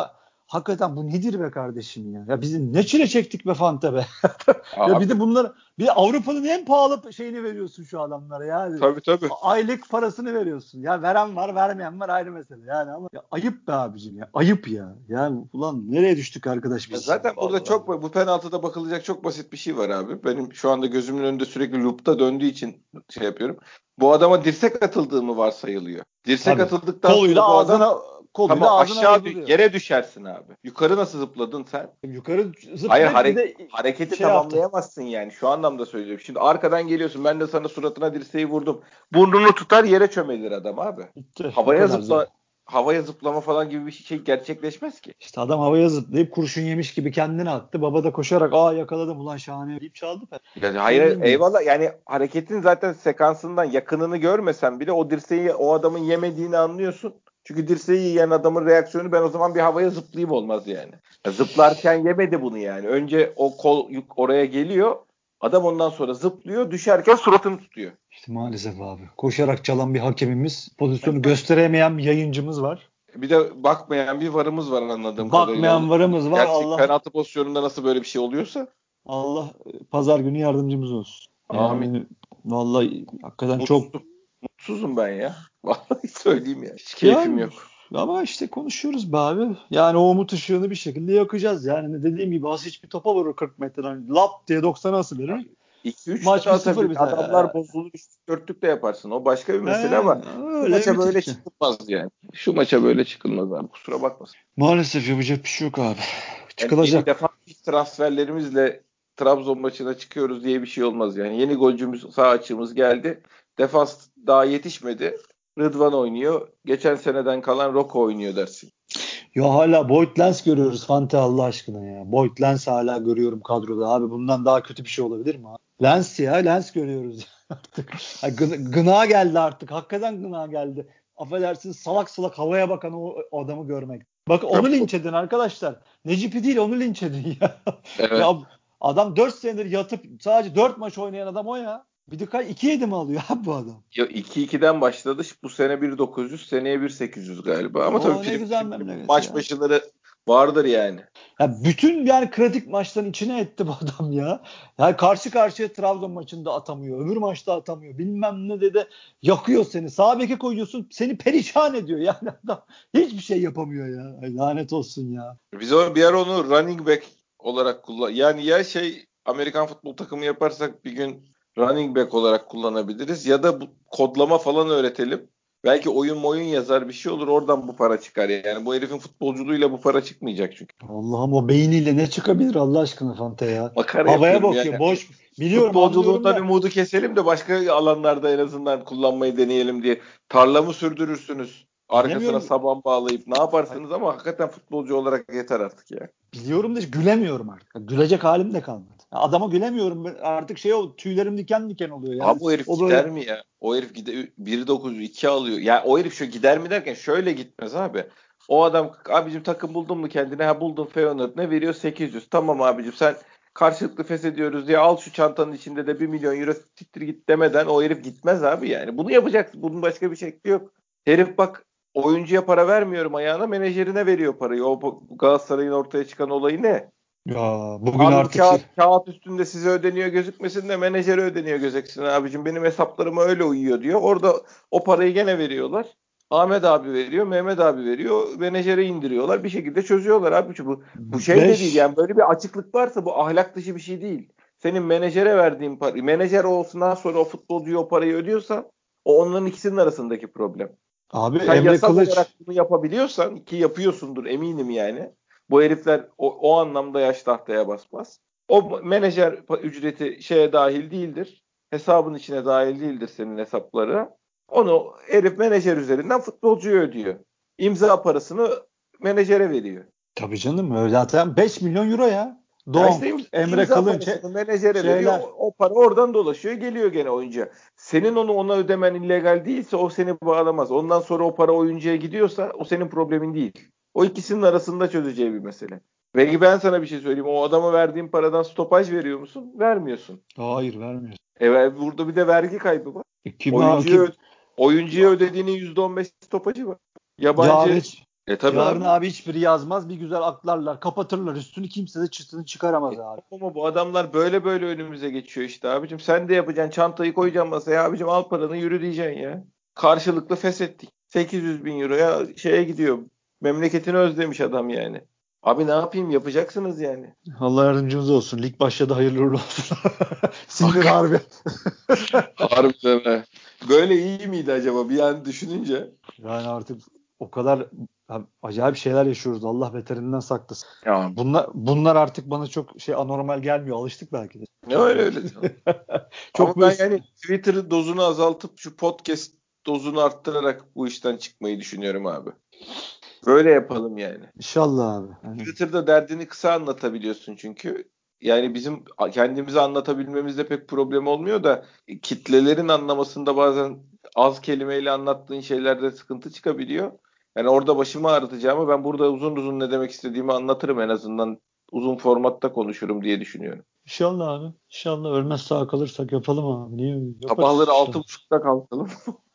[SPEAKER 2] hakikaten bu nedir be kardeşim ya? Ya bizim ne çile çektik be Fante be. Ya bir
[SPEAKER 1] Abi,
[SPEAKER 2] de bunlar, bir de Avrupa'nın en pahalı şeyini veriyorsun şu adamlara yani.
[SPEAKER 1] tabii.
[SPEAKER 2] Aylık parasını veriyorsun. Ya veren var, vermeyen var, ayrı mesele. Yani ama ya ayıp be abicim ya. Ayıp ya. Yani ulan nereye düştük arkadaş
[SPEAKER 1] Ya
[SPEAKER 2] biz ya?
[SPEAKER 1] zaten burada
[SPEAKER 2] Vallahi.
[SPEAKER 1] bu penaltıda bakılacak çok basit bir şey var abi. Benim şu anda gözümün önünde sürekli loop'ta döndüğü için şey yapıyorum. Bu adama dirsek atıldığı mı varsayılıyor? Dirsek
[SPEAKER 2] Tabii.
[SPEAKER 1] atıldıktan
[SPEAKER 2] Koluyla
[SPEAKER 1] sonra bu adam
[SPEAKER 2] ağzına koluyla
[SPEAKER 1] tamam
[SPEAKER 2] ağzına
[SPEAKER 1] aşağı
[SPEAKER 2] vurdu diyor.
[SPEAKER 1] yere düşersin abi. Yukarı nasıl zıpladın sen?
[SPEAKER 2] Yukarı
[SPEAKER 1] Hayır,
[SPEAKER 2] zıplayıp bir de
[SPEAKER 1] hareketi
[SPEAKER 2] şey yaptı.
[SPEAKER 1] tamamlayamazsın yani. Şu anlamda söylüyorum. Şimdi arkadan geliyorsun. Ben de sana suratına dirseği vurdum. Burnunu tutar yere çömelir adam abi.
[SPEAKER 2] Bitti. Bu
[SPEAKER 1] Havaya
[SPEAKER 2] kadar zor.
[SPEAKER 1] zıpla havaya zıplama falan gibi bir şey gerçekleşmez ki.
[SPEAKER 2] İşte adam havaya zıplayıp kurşun yemiş gibi kendini attı. Baba da koşarak yakaladım ulan şahane deyip çaldı.
[SPEAKER 1] Yani hayır,
[SPEAKER 2] Söyleyeyim mi?
[SPEAKER 1] eyvallah, yani hareketin zaten sekansından yakınını görmesen bile o dirseği o adamın yemediğini anlıyorsun. Çünkü dirseği yiyen adamın reaksiyonu ben o zaman bir havaya zıplayayım olmaz yani. Ya zıplarken yemedi bunu yani. Önce o kol oraya geliyor. Adam ondan sonra zıplıyor. Düşerken suratını tutuyor.
[SPEAKER 2] İşte maalesef abi. Koşarak çalan bir hakemimiz, pozisyonu gösteremeyen bir yayıncımız var.
[SPEAKER 1] Bir de bakmayan bir varımız var anladığım kadarıyla.
[SPEAKER 2] Bakmayan varımız var.
[SPEAKER 1] Gerçek
[SPEAKER 2] Allah
[SPEAKER 1] penaltı pozisyonunda nasıl böyle bir şey oluyorsa.
[SPEAKER 2] Allah pazar günü yardımcımız olsun.
[SPEAKER 1] Amin.
[SPEAKER 2] Yani vallahi hakikaten çok
[SPEAKER 1] Mutsuzum. Mutsuzum ben ya. Vallahi söyleyeyim ya. Hiç keyfim
[SPEAKER 2] yani,
[SPEAKER 1] yok.
[SPEAKER 2] ama işte konuşuyoruz be abi. Yani o umut ışığını bir şekilde yakacağız. Yani dediğim gibi Hasic bir topa vurur 40 metreden. Lap diye 90'a nasıl verir?
[SPEAKER 1] 2-3
[SPEAKER 2] Maç
[SPEAKER 1] tane
[SPEAKER 2] bir sıfır
[SPEAKER 1] atabilir.
[SPEAKER 2] biter.
[SPEAKER 1] Adamlar bozulur. 3-4'lük de yaparsın. O başka bir mesele ama şu
[SPEAKER 2] Öyle
[SPEAKER 1] maça
[SPEAKER 2] ümit
[SPEAKER 1] böyle
[SPEAKER 2] edici.
[SPEAKER 1] çıkılmaz yani. Şu maça böyle çıkılmaz abi. Kusura bakmasın.
[SPEAKER 2] Maalesef yapacak bir şey yok abi.
[SPEAKER 1] Yani yeni
[SPEAKER 2] Çıkılacak.
[SPEAKER 1] defansif transferlerimizle Trabzon maçına çıkıyoruz diye bir şey olmaz yani. Yeni golcümüz, sağ açığımız geldi. Defans daha yetişmedi. Rıdvan oynuyor. Geçen seneden kalan Roko oynuyor dersin.
[SPEAKER 2] Ya hala Boyd Lens görüyoruz Fante Allah aşkına ya. Boyd Lens hala görüyorum kadroda abi. Bundan daha kötü bir şey olabilir mi abi? Lens ya, Lens görüyoruz artık. Ya gına geldi artık. Hakikaten gına geldi. Affedersiniz, salak salak havaya bakan o adamı görmek. Bak onu
[SPEAKER 1] Tabii.
[SPEAKER 2] linç edin arkadaşlar. Necip'i değil onu linç edin ya.
[SPEAKER 1] Evet.
[SPEAKER 2] Ya adam 4 senedir yatıp sadece 4 maç oynayan adam o ya. Bir de 2-7 mi alıyor abi bu adam?
[SPEAKER 1] Ya 2-2'den başladı. Bu sene 1.900, seneye 1.800 galiba. Ama tabii
[SPEAKER 2] Ne
[SPEAKER 1] film
[SPEAKER 2] güzel
[SPEAKER 1] şimdi
[SPEAKER 2] memleket
[SPEAKER 1] maç
[SPEAKER 2] ya.
[SPEAKER 1] başıları vardır yani.
[SPEAKER 2] Ya bütün yani kritik maçların içine etti bu adam ya. Yani karşı karşıya Trabzon maçında atamıyor. Öbür maçta atamıyor. Bilmem ne de yakıyor seni. Sağ beke koyuyorsun, seni perişan ediyor. Yani adam hiçbir şey yapamıyor ya. Ay, lanet olsun ya.
[SPEAKER 1] Biz bir ara onu running back olarak yani ya Amerikan futbol takımı yaparsak bir gün running back olarak kullanabiliriz ya da bu kodlama falan öğretelim. Belki oyun yazar bir şey olur, oradan bu para çıkar yani. Bu herifin futbolculuğuyla bu para çıkmayacak çünkü.
[SPEAKER 2] Allah'ım, o beyniyle ne çıkabilir Allah aşkına Fante ya.
[SPEAKER 1] Makara
[SPEAKER 2] Havaya
[SPEAKER 1] yapıyorum yani.
[SPEAKER 2] bakıyor. Boş. Biliyorum, anlıyorum
[SPEAKER 1] Futbolculuğundan
[SPEAKER 2] da.
[SPEAKER 1] umudu keselim de başka alanlarda en azından kullanmayı deneyelim diye. Tarla mı sürdürürsünüz? Arkasına
[SPEAKER 2] Bilemiyorum.
[SPEAKER 1] saban bağlayıp ne yaparsınız ama hakikaten futbolcu olarak yeter artık ya.
[SPEAKER 2] Biliyorum da gülemiyorum artık. Gülecek halim de kalmadı. Adama gülemiyorum. Artık tüylerim diken diken oluyor yani.
[SPEAKER 1] Abi o herif
[SPEAKER 2] O böyle
[SPEAKER 1] gider mi ya? O herif 1.900 2 alıyor. Ya o herif şu gider mi derken şöyle gitmez abi. O adam abicim takım buldun mu kendine? Ha buldum Feyenoord, ne veriyor? 800. Tamam abicim sen karşılıklı feshediyoruz diye al şu çantanın içinde de 1 milyon euro, siktir git demeden o herif gitmez abi yani. Bunu yapacaksın. Bunun başka bir şekli yok. Herif bak, oyuncuya para vermiyorum ayağına, menajerine veriyor parayı. O Galatasaray'ın ortaya çıkan olayı ne?
[SPEAKER 2] ya bugün
[SPEAKER 1] Alın
[SPEAKER 2] artık
[SPEAKER 1] kağıt üstünde size ödeniyor gözükmesin de menajere ödeniyor gözüksün abicim. Benim hesaplarıma öyle uyuyor diyor. Orada o parayı gene veriyorlar. Ahmet abi veriyor, Mehmet abi veriyor. Menajere indiriyorlar. Bir şekilde çözüyorlar abi. Bu şey de değil
[SPEAKER 2] 5
[SPEAKER 1] yani, böyle bir açıklık varsa bu ahlak dışı bir şey değil. Senin menajere verdiğin para, menajer olsundan sonra o futbolcuya o parayı ödüyorsa o onların ikisinin arasındaki problem.
[SPEAKER 2] abi
[SPEAKER 1] Sen
[SPEAKER 2] Emre
[SPEAKER 1] yasal olarak
[SPEAKER 2] Kılıç.
[SPEAKER 1] bunu yapabiliyorsan, ki yapıyorsundur eminim yani. Bu herifler o anlamda yaş tahtaya basmaz. O menajer ücreti şeye dahil değildir. Hesabın içine dahil değildir senin hesapları. Onu herif menajer üzerinden futbolcuya ödüyor. İmza parasını menajere veriyor.
[SPEAKER 2] Tabii canım, öyle zaten 5 milyon euro ya.
[SPEAKER 1] Ya işte
[SPEAKER 2] Donk, Emre
[SPEAKER 1] imza
[SPEAKER 2] Kılınç,
[SPEAKER 1] parasını menajere veriyor.
[SPEAKER 2] şeyler.
[SPEAKER 1] O para oradan dolaşıyor, geliyor gene oyuncuya. Senin onu ona ödemen illegal değilse o seni bağlamaz. Ondan sonra o para oyuncuya gidiyorsa o senin problemin değil. O ikisinin arasında çözeceği bir mesele. Peki ben sana bir şey söyleyeyim. O adama verdiğin paradan stopaj veriyor musun? Vermiyorsun.
[SPEAKER 2] Hayır, vermiyor.
[SPEAKER 1] Burada bir de vergi kaybı var.
[SPEAKER 2] Kim,
[SPEAKER 1] Oyuncuya,
[SPEAKER 2] kim?
[SPEAKER 1] oyuncuya ödediğinin %15 stopajı var.
[SPEAKER 2] Ya
[SPEAKER 1] Yabancı Tabii
[SPEAKER 2] Yarın
[SPEAKER 1] abi.
[SPEAKER 2] abi hiçbiri yazmaz. Bir güzel aklarlar, kapatırlar üstünü. Kimse de çıtını çıkaramaz abi.
[SPEAKER 1] Ama bu adamlar böyle böyle önümüze geçiyor işte abicim. Sen de yapacaksın. Çantayı koyacaksın masaya. Abicim al paranı yürü diyeceksin ya. Karşılıklı feshettik. 800 bin euroya şeye gidiyor. Memleketini özlemiş adam yani. Abi ne yapayım, yapacaksınız yani.
[SPEAKER 2] Allah yardımcınız olsun. Lig başladı, hayırlı uğurlu olsun. Sinir
[SPEAKER 1] Bak,
[SPEAKER 2] harbi.
[SPEAKER 1] harbiden ha. Böyle iyi miydi acaba bir an düşününce?
[SPEAKER 2] Yani artık o kadar acayip şeyler yaşıyoruz. Allah beterinden saklasın.
[SPEAKER 1] Ya
[SPEAKER 2] Bunlar artık bana çok anormal gelmiyor. Alıştık belki de.
[SPEAKER 1] ne öyle öyle. Ama
[SPEAKER 2] Çok böyle
[SPEAKER 1] ben yani Twitter'ın dozunu azaltıp şu podcast dozunu arttırarak bu işten çıkmayı düşünüyorum abi. Böyle yapalım yani.
[SPEAKER 2] inşallah abi. Yani
[SPEAKER 1] Twitter'da derdini kısa anlatabiliyorsun çünkü. Yani bizim kendimizi anlatabilmemizde pek problem olmuyor da kitlelerin anlamasında bazen az kelimeyle anlattığın şeylerde sıkıntı çıkabiliyor. Yani orada başımı ağrıtacağımı ben burada uzun uzun ne demek istediğimi anlatırım, en azından uzun formatta konuşurum diye düşünüyorum.
[SPEAKER 2] İnşallah abi. İnşallah ölmez sağ kalırsak yapalım abi. Niye yaparız
[SPEAKER 1] Sabahları
[SPEAKER 2] inşallah.
[SPEAKER 1] 6.30'da kalkalım.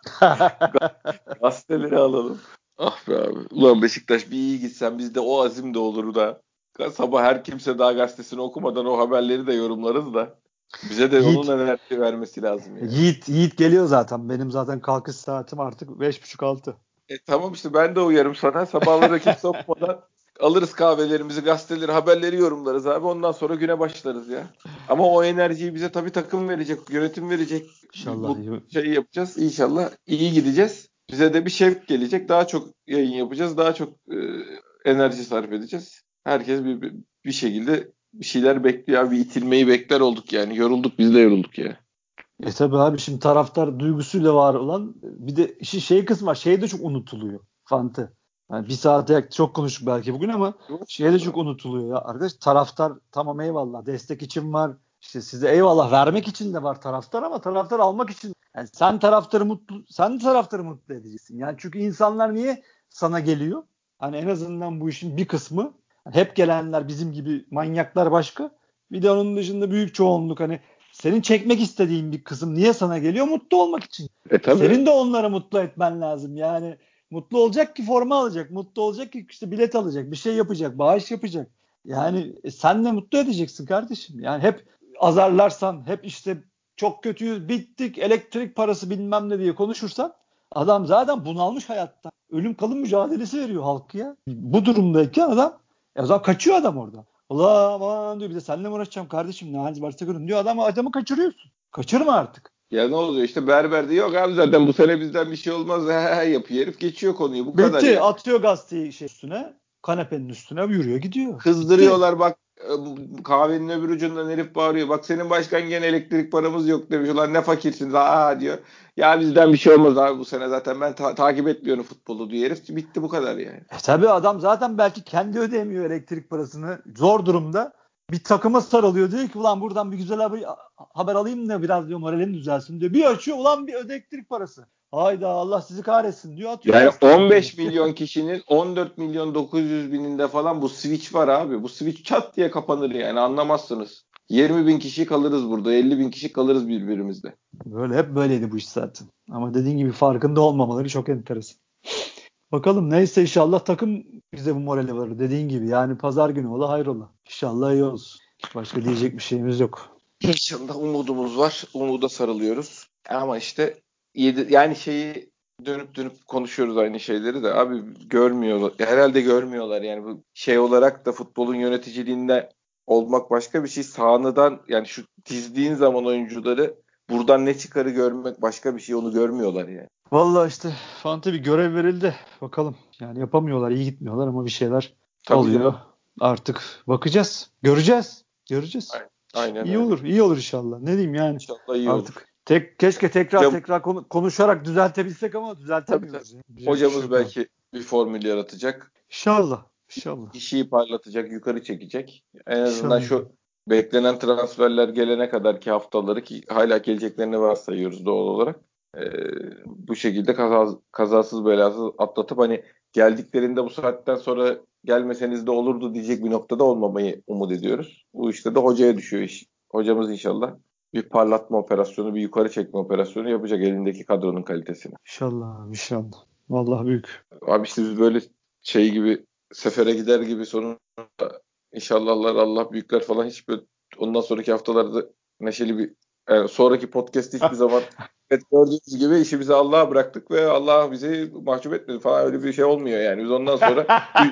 [SPEAKER 1] Gazeteleri alalım. Ah be abi. Ulan Beşiktaş bir iyi gitsen bizde o azim de olur da. Sabah her kimse daha gazetesini okumadan o haberleri de yorumlarız da. Bize de onun
[SPEAKER 2] Yiğit,
[SPEAKER 1] enerji vermesi lazım yani.
[SPEAKER 2] Yiğit geliyor zaten. Benim zaten kalkış saatim artık 5.30-6.
[SPEAKER 1] Tamam işte ben de uyarım sana. Sabahları kimse okumadan alırız kahvelerimizi, gazeteleri, haberleri yorumlarız abi. Ondan sonra güne başlarız ya. Ama o enerjiyi bize tabii takım verecek, yönetim verecek.
[SPEAKER 2] İnşallah.
[SPEAKER 1] Bu şeyi yapacağız. İnşallah iyi gideceğiz. Bize de bir şevk gelecek. Daha çok yayın yapacağız. Daha çok enerji sarf edeceğiz. Herkes bir şekilde bir şeyler bekliyor abi. İtilmeyi bekler olduk yani. Yorulduk, biz de yorulduk ya.
[SPEAKER 2] Tabii abi şimdi taraftar duygusuyla var olan bir de işin kısmı var. Şey de çok unutuluyor. Fante. Yani bir saate çok konuştuk belki bugün ama şey de çok unutuluyor ya. Arkadaş taraftar tamam eyvallah destek için var. İşte size eyvallah vermek için de var taraftar ama taraftar almak için. Yani sen taraftarı mutlu edeceksin. Yani çünkü insanlar niye sana geliyor? Hani en azından bu işin bir kısmı hep gelenler bizim gibi manyaklar başka. Bir de onun dışında büyük çoğunluk hani senin çekmek istediğin bir kısım niye sana geliyor? Mutlu olmak için.
[SPEAKER 1] Tabii.
[SPEAKER 2] Senin de onları mutlu etmen lazım. Yani mutlu olacak ki forma alacak. Mutlu olacak ki işte bilet alacak. Bir şey yapacak. Bağış yapacak. Yani sen de mutlu edeceksin kardeşim. Yani hep azarlarsan, hep işte çok kötüyüz, bittik, elektrik parası bilmem ne diye konuşursan adam zaten bunalmış hayatta. Ölüm kalım mücadelesi veriyor halkı ya. Bu durumdayken o zaman kaçıyor adam orada. Allah aman diyor bir de seninle mi uğraşacağım kardeşim ne haliniz varsa görün diyor adamı kaçırıyorsun. Kaçırma artık.
[SPEAKER 1] Ya ne oluyor işte, berber diyor yok abi zaten bu sene bizden bir şey olmaz, he he yapıyor herif, geçiyor konuyu, bu kadar
[SPEAKER 2] Bitti.
[SPEAKER 1] yani.
[SPEAKER 2] Atıyor gazeteyi üstüne. Kanepenin üstüne yürüyor gidiyor. Bitti.
[SPEAKER 1] Kızdırıyorlar bak, kahvenin öbür ucundan herif bağırıyor. Bak senin başkan gene elektrik paramız yok demiş. Ulan ne fakirsiniz diyor. Ya bizden bir şey olmaz abi bu sene, zaten ben takip etmiyorum futbolu diyor herif. Bitti bu kadar yani.
[SPEAKER 2] Tabii adam zaten belki kendi ödeyemiyor elektrik parasını. Zor durumda. Bir takıma sarılıyor. Diyor ki ulan buradan bir güzel haber alayım da biraz diyor moralim düzelsin diyor. Bir açıyor ulan bir elektrik parası. Hayda Allah sizi kahretsin diyor. Atıyor
[SPEAKER 1] Yani
[SPEAKER 2] gazeteyi geri.
[SPEAKER 1] 15 milyon kişinin 14 milyon 900 bininde falan bu switch var abi. Bu switch çat diye kapanır yani, anlamazsınız. 20 bin kişi kalırız burada. 50 bin kişi kalırız birbirimizde.
[SPEAKER 2] Böyle hep böyleydi bu iş zaten. Ama dediğin gibi farkında olmamaları çok enteresan. Bakalım neyse inşallah takım bize bu morali verir. Dediğin gibi yani pazar günü ola hayrola. İnşallah iyi olsun. Başka diyecek bir şeyimiz yok.
[SPEAKER 1] İnşallah umudumuz var. Umuda sarılıyoruz. Ama işte yani şeyi dönüp dönüp konuşuyoruz aynı şeyleri de abi, görmüyorlar. Herhalde görmüyorlar yani, bu şey olarak da futbolun yöneticiliğinde olmak başka bir şey. Sahanıdan yani şu dizdiğin zaman oyuncuları buradan ne çıkarı görmek başka bir şey, onu görmüyorlar yani.
[SPEAKER 2] Vallahi işte Fante bir görev verildi. Bakalım. Yani yapamıyorlar, iyi gitmiyorlar ama bir şeyler
[SPEAKER 1] Tabii
[SPEAKER 2] oluyor.
[SPEAKER 1] canım.
[SPEAKER 2] Artık bakacağız. Göreceğiz. Göreceğiz.
[SPEAKER 1] Aynen
[SPEAKER 2] İyi
[SPEAKER 1] öyle.
[SPEAKER 2] olur. İyi olur inşallah. Ne diyeyim yani.
[SPEAKER 1] İnşallah iyi olur.
[SPEAKER 2] Artık keşke
[SPEAKER 1] Hocam,
[SPEAKER 2] tekrar konuşarak düzeltebilsek ama
[SPEAKER 1] tabii tabii.
[SPEAKER 2] düzeltemiyoruz. Diyecek bir şey
[SPEAKER 1] Hocamız
[SPEAKER 2] yok abi.
[SPEAKER 1] belki bir formül yaratacak.
[SPEAKER 2] İnşallah. İnşallah.
[SPEAKER 1] Kişiyi parlatacak, yukarı çekecek. En azından
[SPEAKER 2] İnşallah.
[SPEAKER 1] şu beklenen transferler gelene kadar ki haftaları, ki hala geleceklerini varsayıyoruz doğal olarak. Ee, Bu şekilde kazasız belasız atlatıp hani geldiklerinde bu saatten sonra gelmeseniz de olurdu diyecek bir noktada olmamayı umut ediyoruz. Bu işte de hocaya düşüyor iş. Hocamız inşallah bir parlatma operasyonu, bir yukarı çekme operasyonu yapacak elindeki kadronun kalitesini.
[SPEAKER 2] İnşallah. İnşallah. Vallahi büyük.
[SPEAKER 1] Abi işte biz böyle şey gibi sefere gider gibi sonunda inşallahlar Allah büyükler falan hiç böyle ondan sonraki haftalarda neşeli bir sonraki podcast hiçbir zaman evet, gördüğünüz gibi işimizi Allah'a bıraktık ve Allah bizi mahcup etmedi falan öyle bir şey olmuyor yani. Biz ondan sonra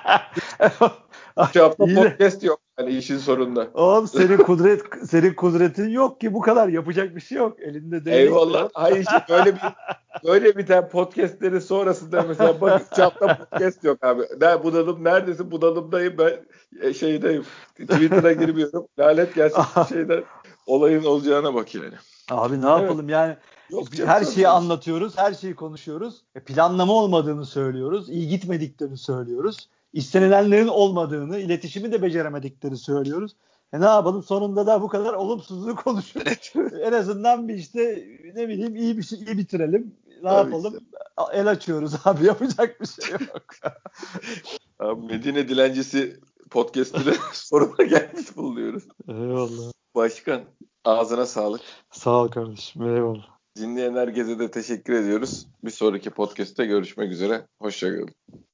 [SPEAKER 1] 3 hafta
[SPEAKER 2] İyi de
[SPEAKER 1] podcast yok yani işin sonunda.
[SPEAKER 2] oğlum senin kudretin yok ki bu kadar yapacak bir şey yok. Elinde değnek de
[SPEAKER 1] Eyvallah.
[SPEAKER 2] yok.
[SPEAKER 1] Hayır işte böyle bir tane podcastlerin sonrasında mesela bak 3 hafta podcast yok abi. Bunalım neredesin? Bunalımdayım ben şeydeyim. Twitter'a girmiyorum. Lanet gelsin şeyden olayın olacağına bak yani.
[SPEAKER 2] Abi ne
[SPEAKER 1] Evet.
[SPEAKER 2] yapalım yani
[SPEAKER 1] Yok canım
[SPEAKER 2] her şeyi
[SPEAKER 1] sormuyoruz.
[SPEAKER 2] anlatıyoruz, her şeyi konuşuyoruz. Planlama olmadığını söylüyoruz, iyi gitmediklerini söylüyoruz. İstenilenlerin olmadığını, iletişimi de beceremediklerini söylüyoruz. Ne yapalım sonunda da bu kadar olumsuzluğu konuşup en azından bir işte ne bileyim iyi bir şey iyi bitirelim. Ne
[SPEAKER 1] Tabii işte.
[SPEAKER 2] yapalım? El açıyoruz abi yapacak bir şey yok.
[SPEAKER 1] Abi Medine Dilencisi podcast'ine sonuna gelmiş bulunuyoruz.
[SPEAKER 2] Eyvallah.
[SPEAKER 1] Başkan ağzına sağlık.
[SPEAKER 2] Sağ ol kardeşim. Eyvallah.
[SPEAKER 1] Dinleyen herkese de teşekkür ediyoruz. Bir sonraki podcast'te görüşmek üzere. Hoşça kalın.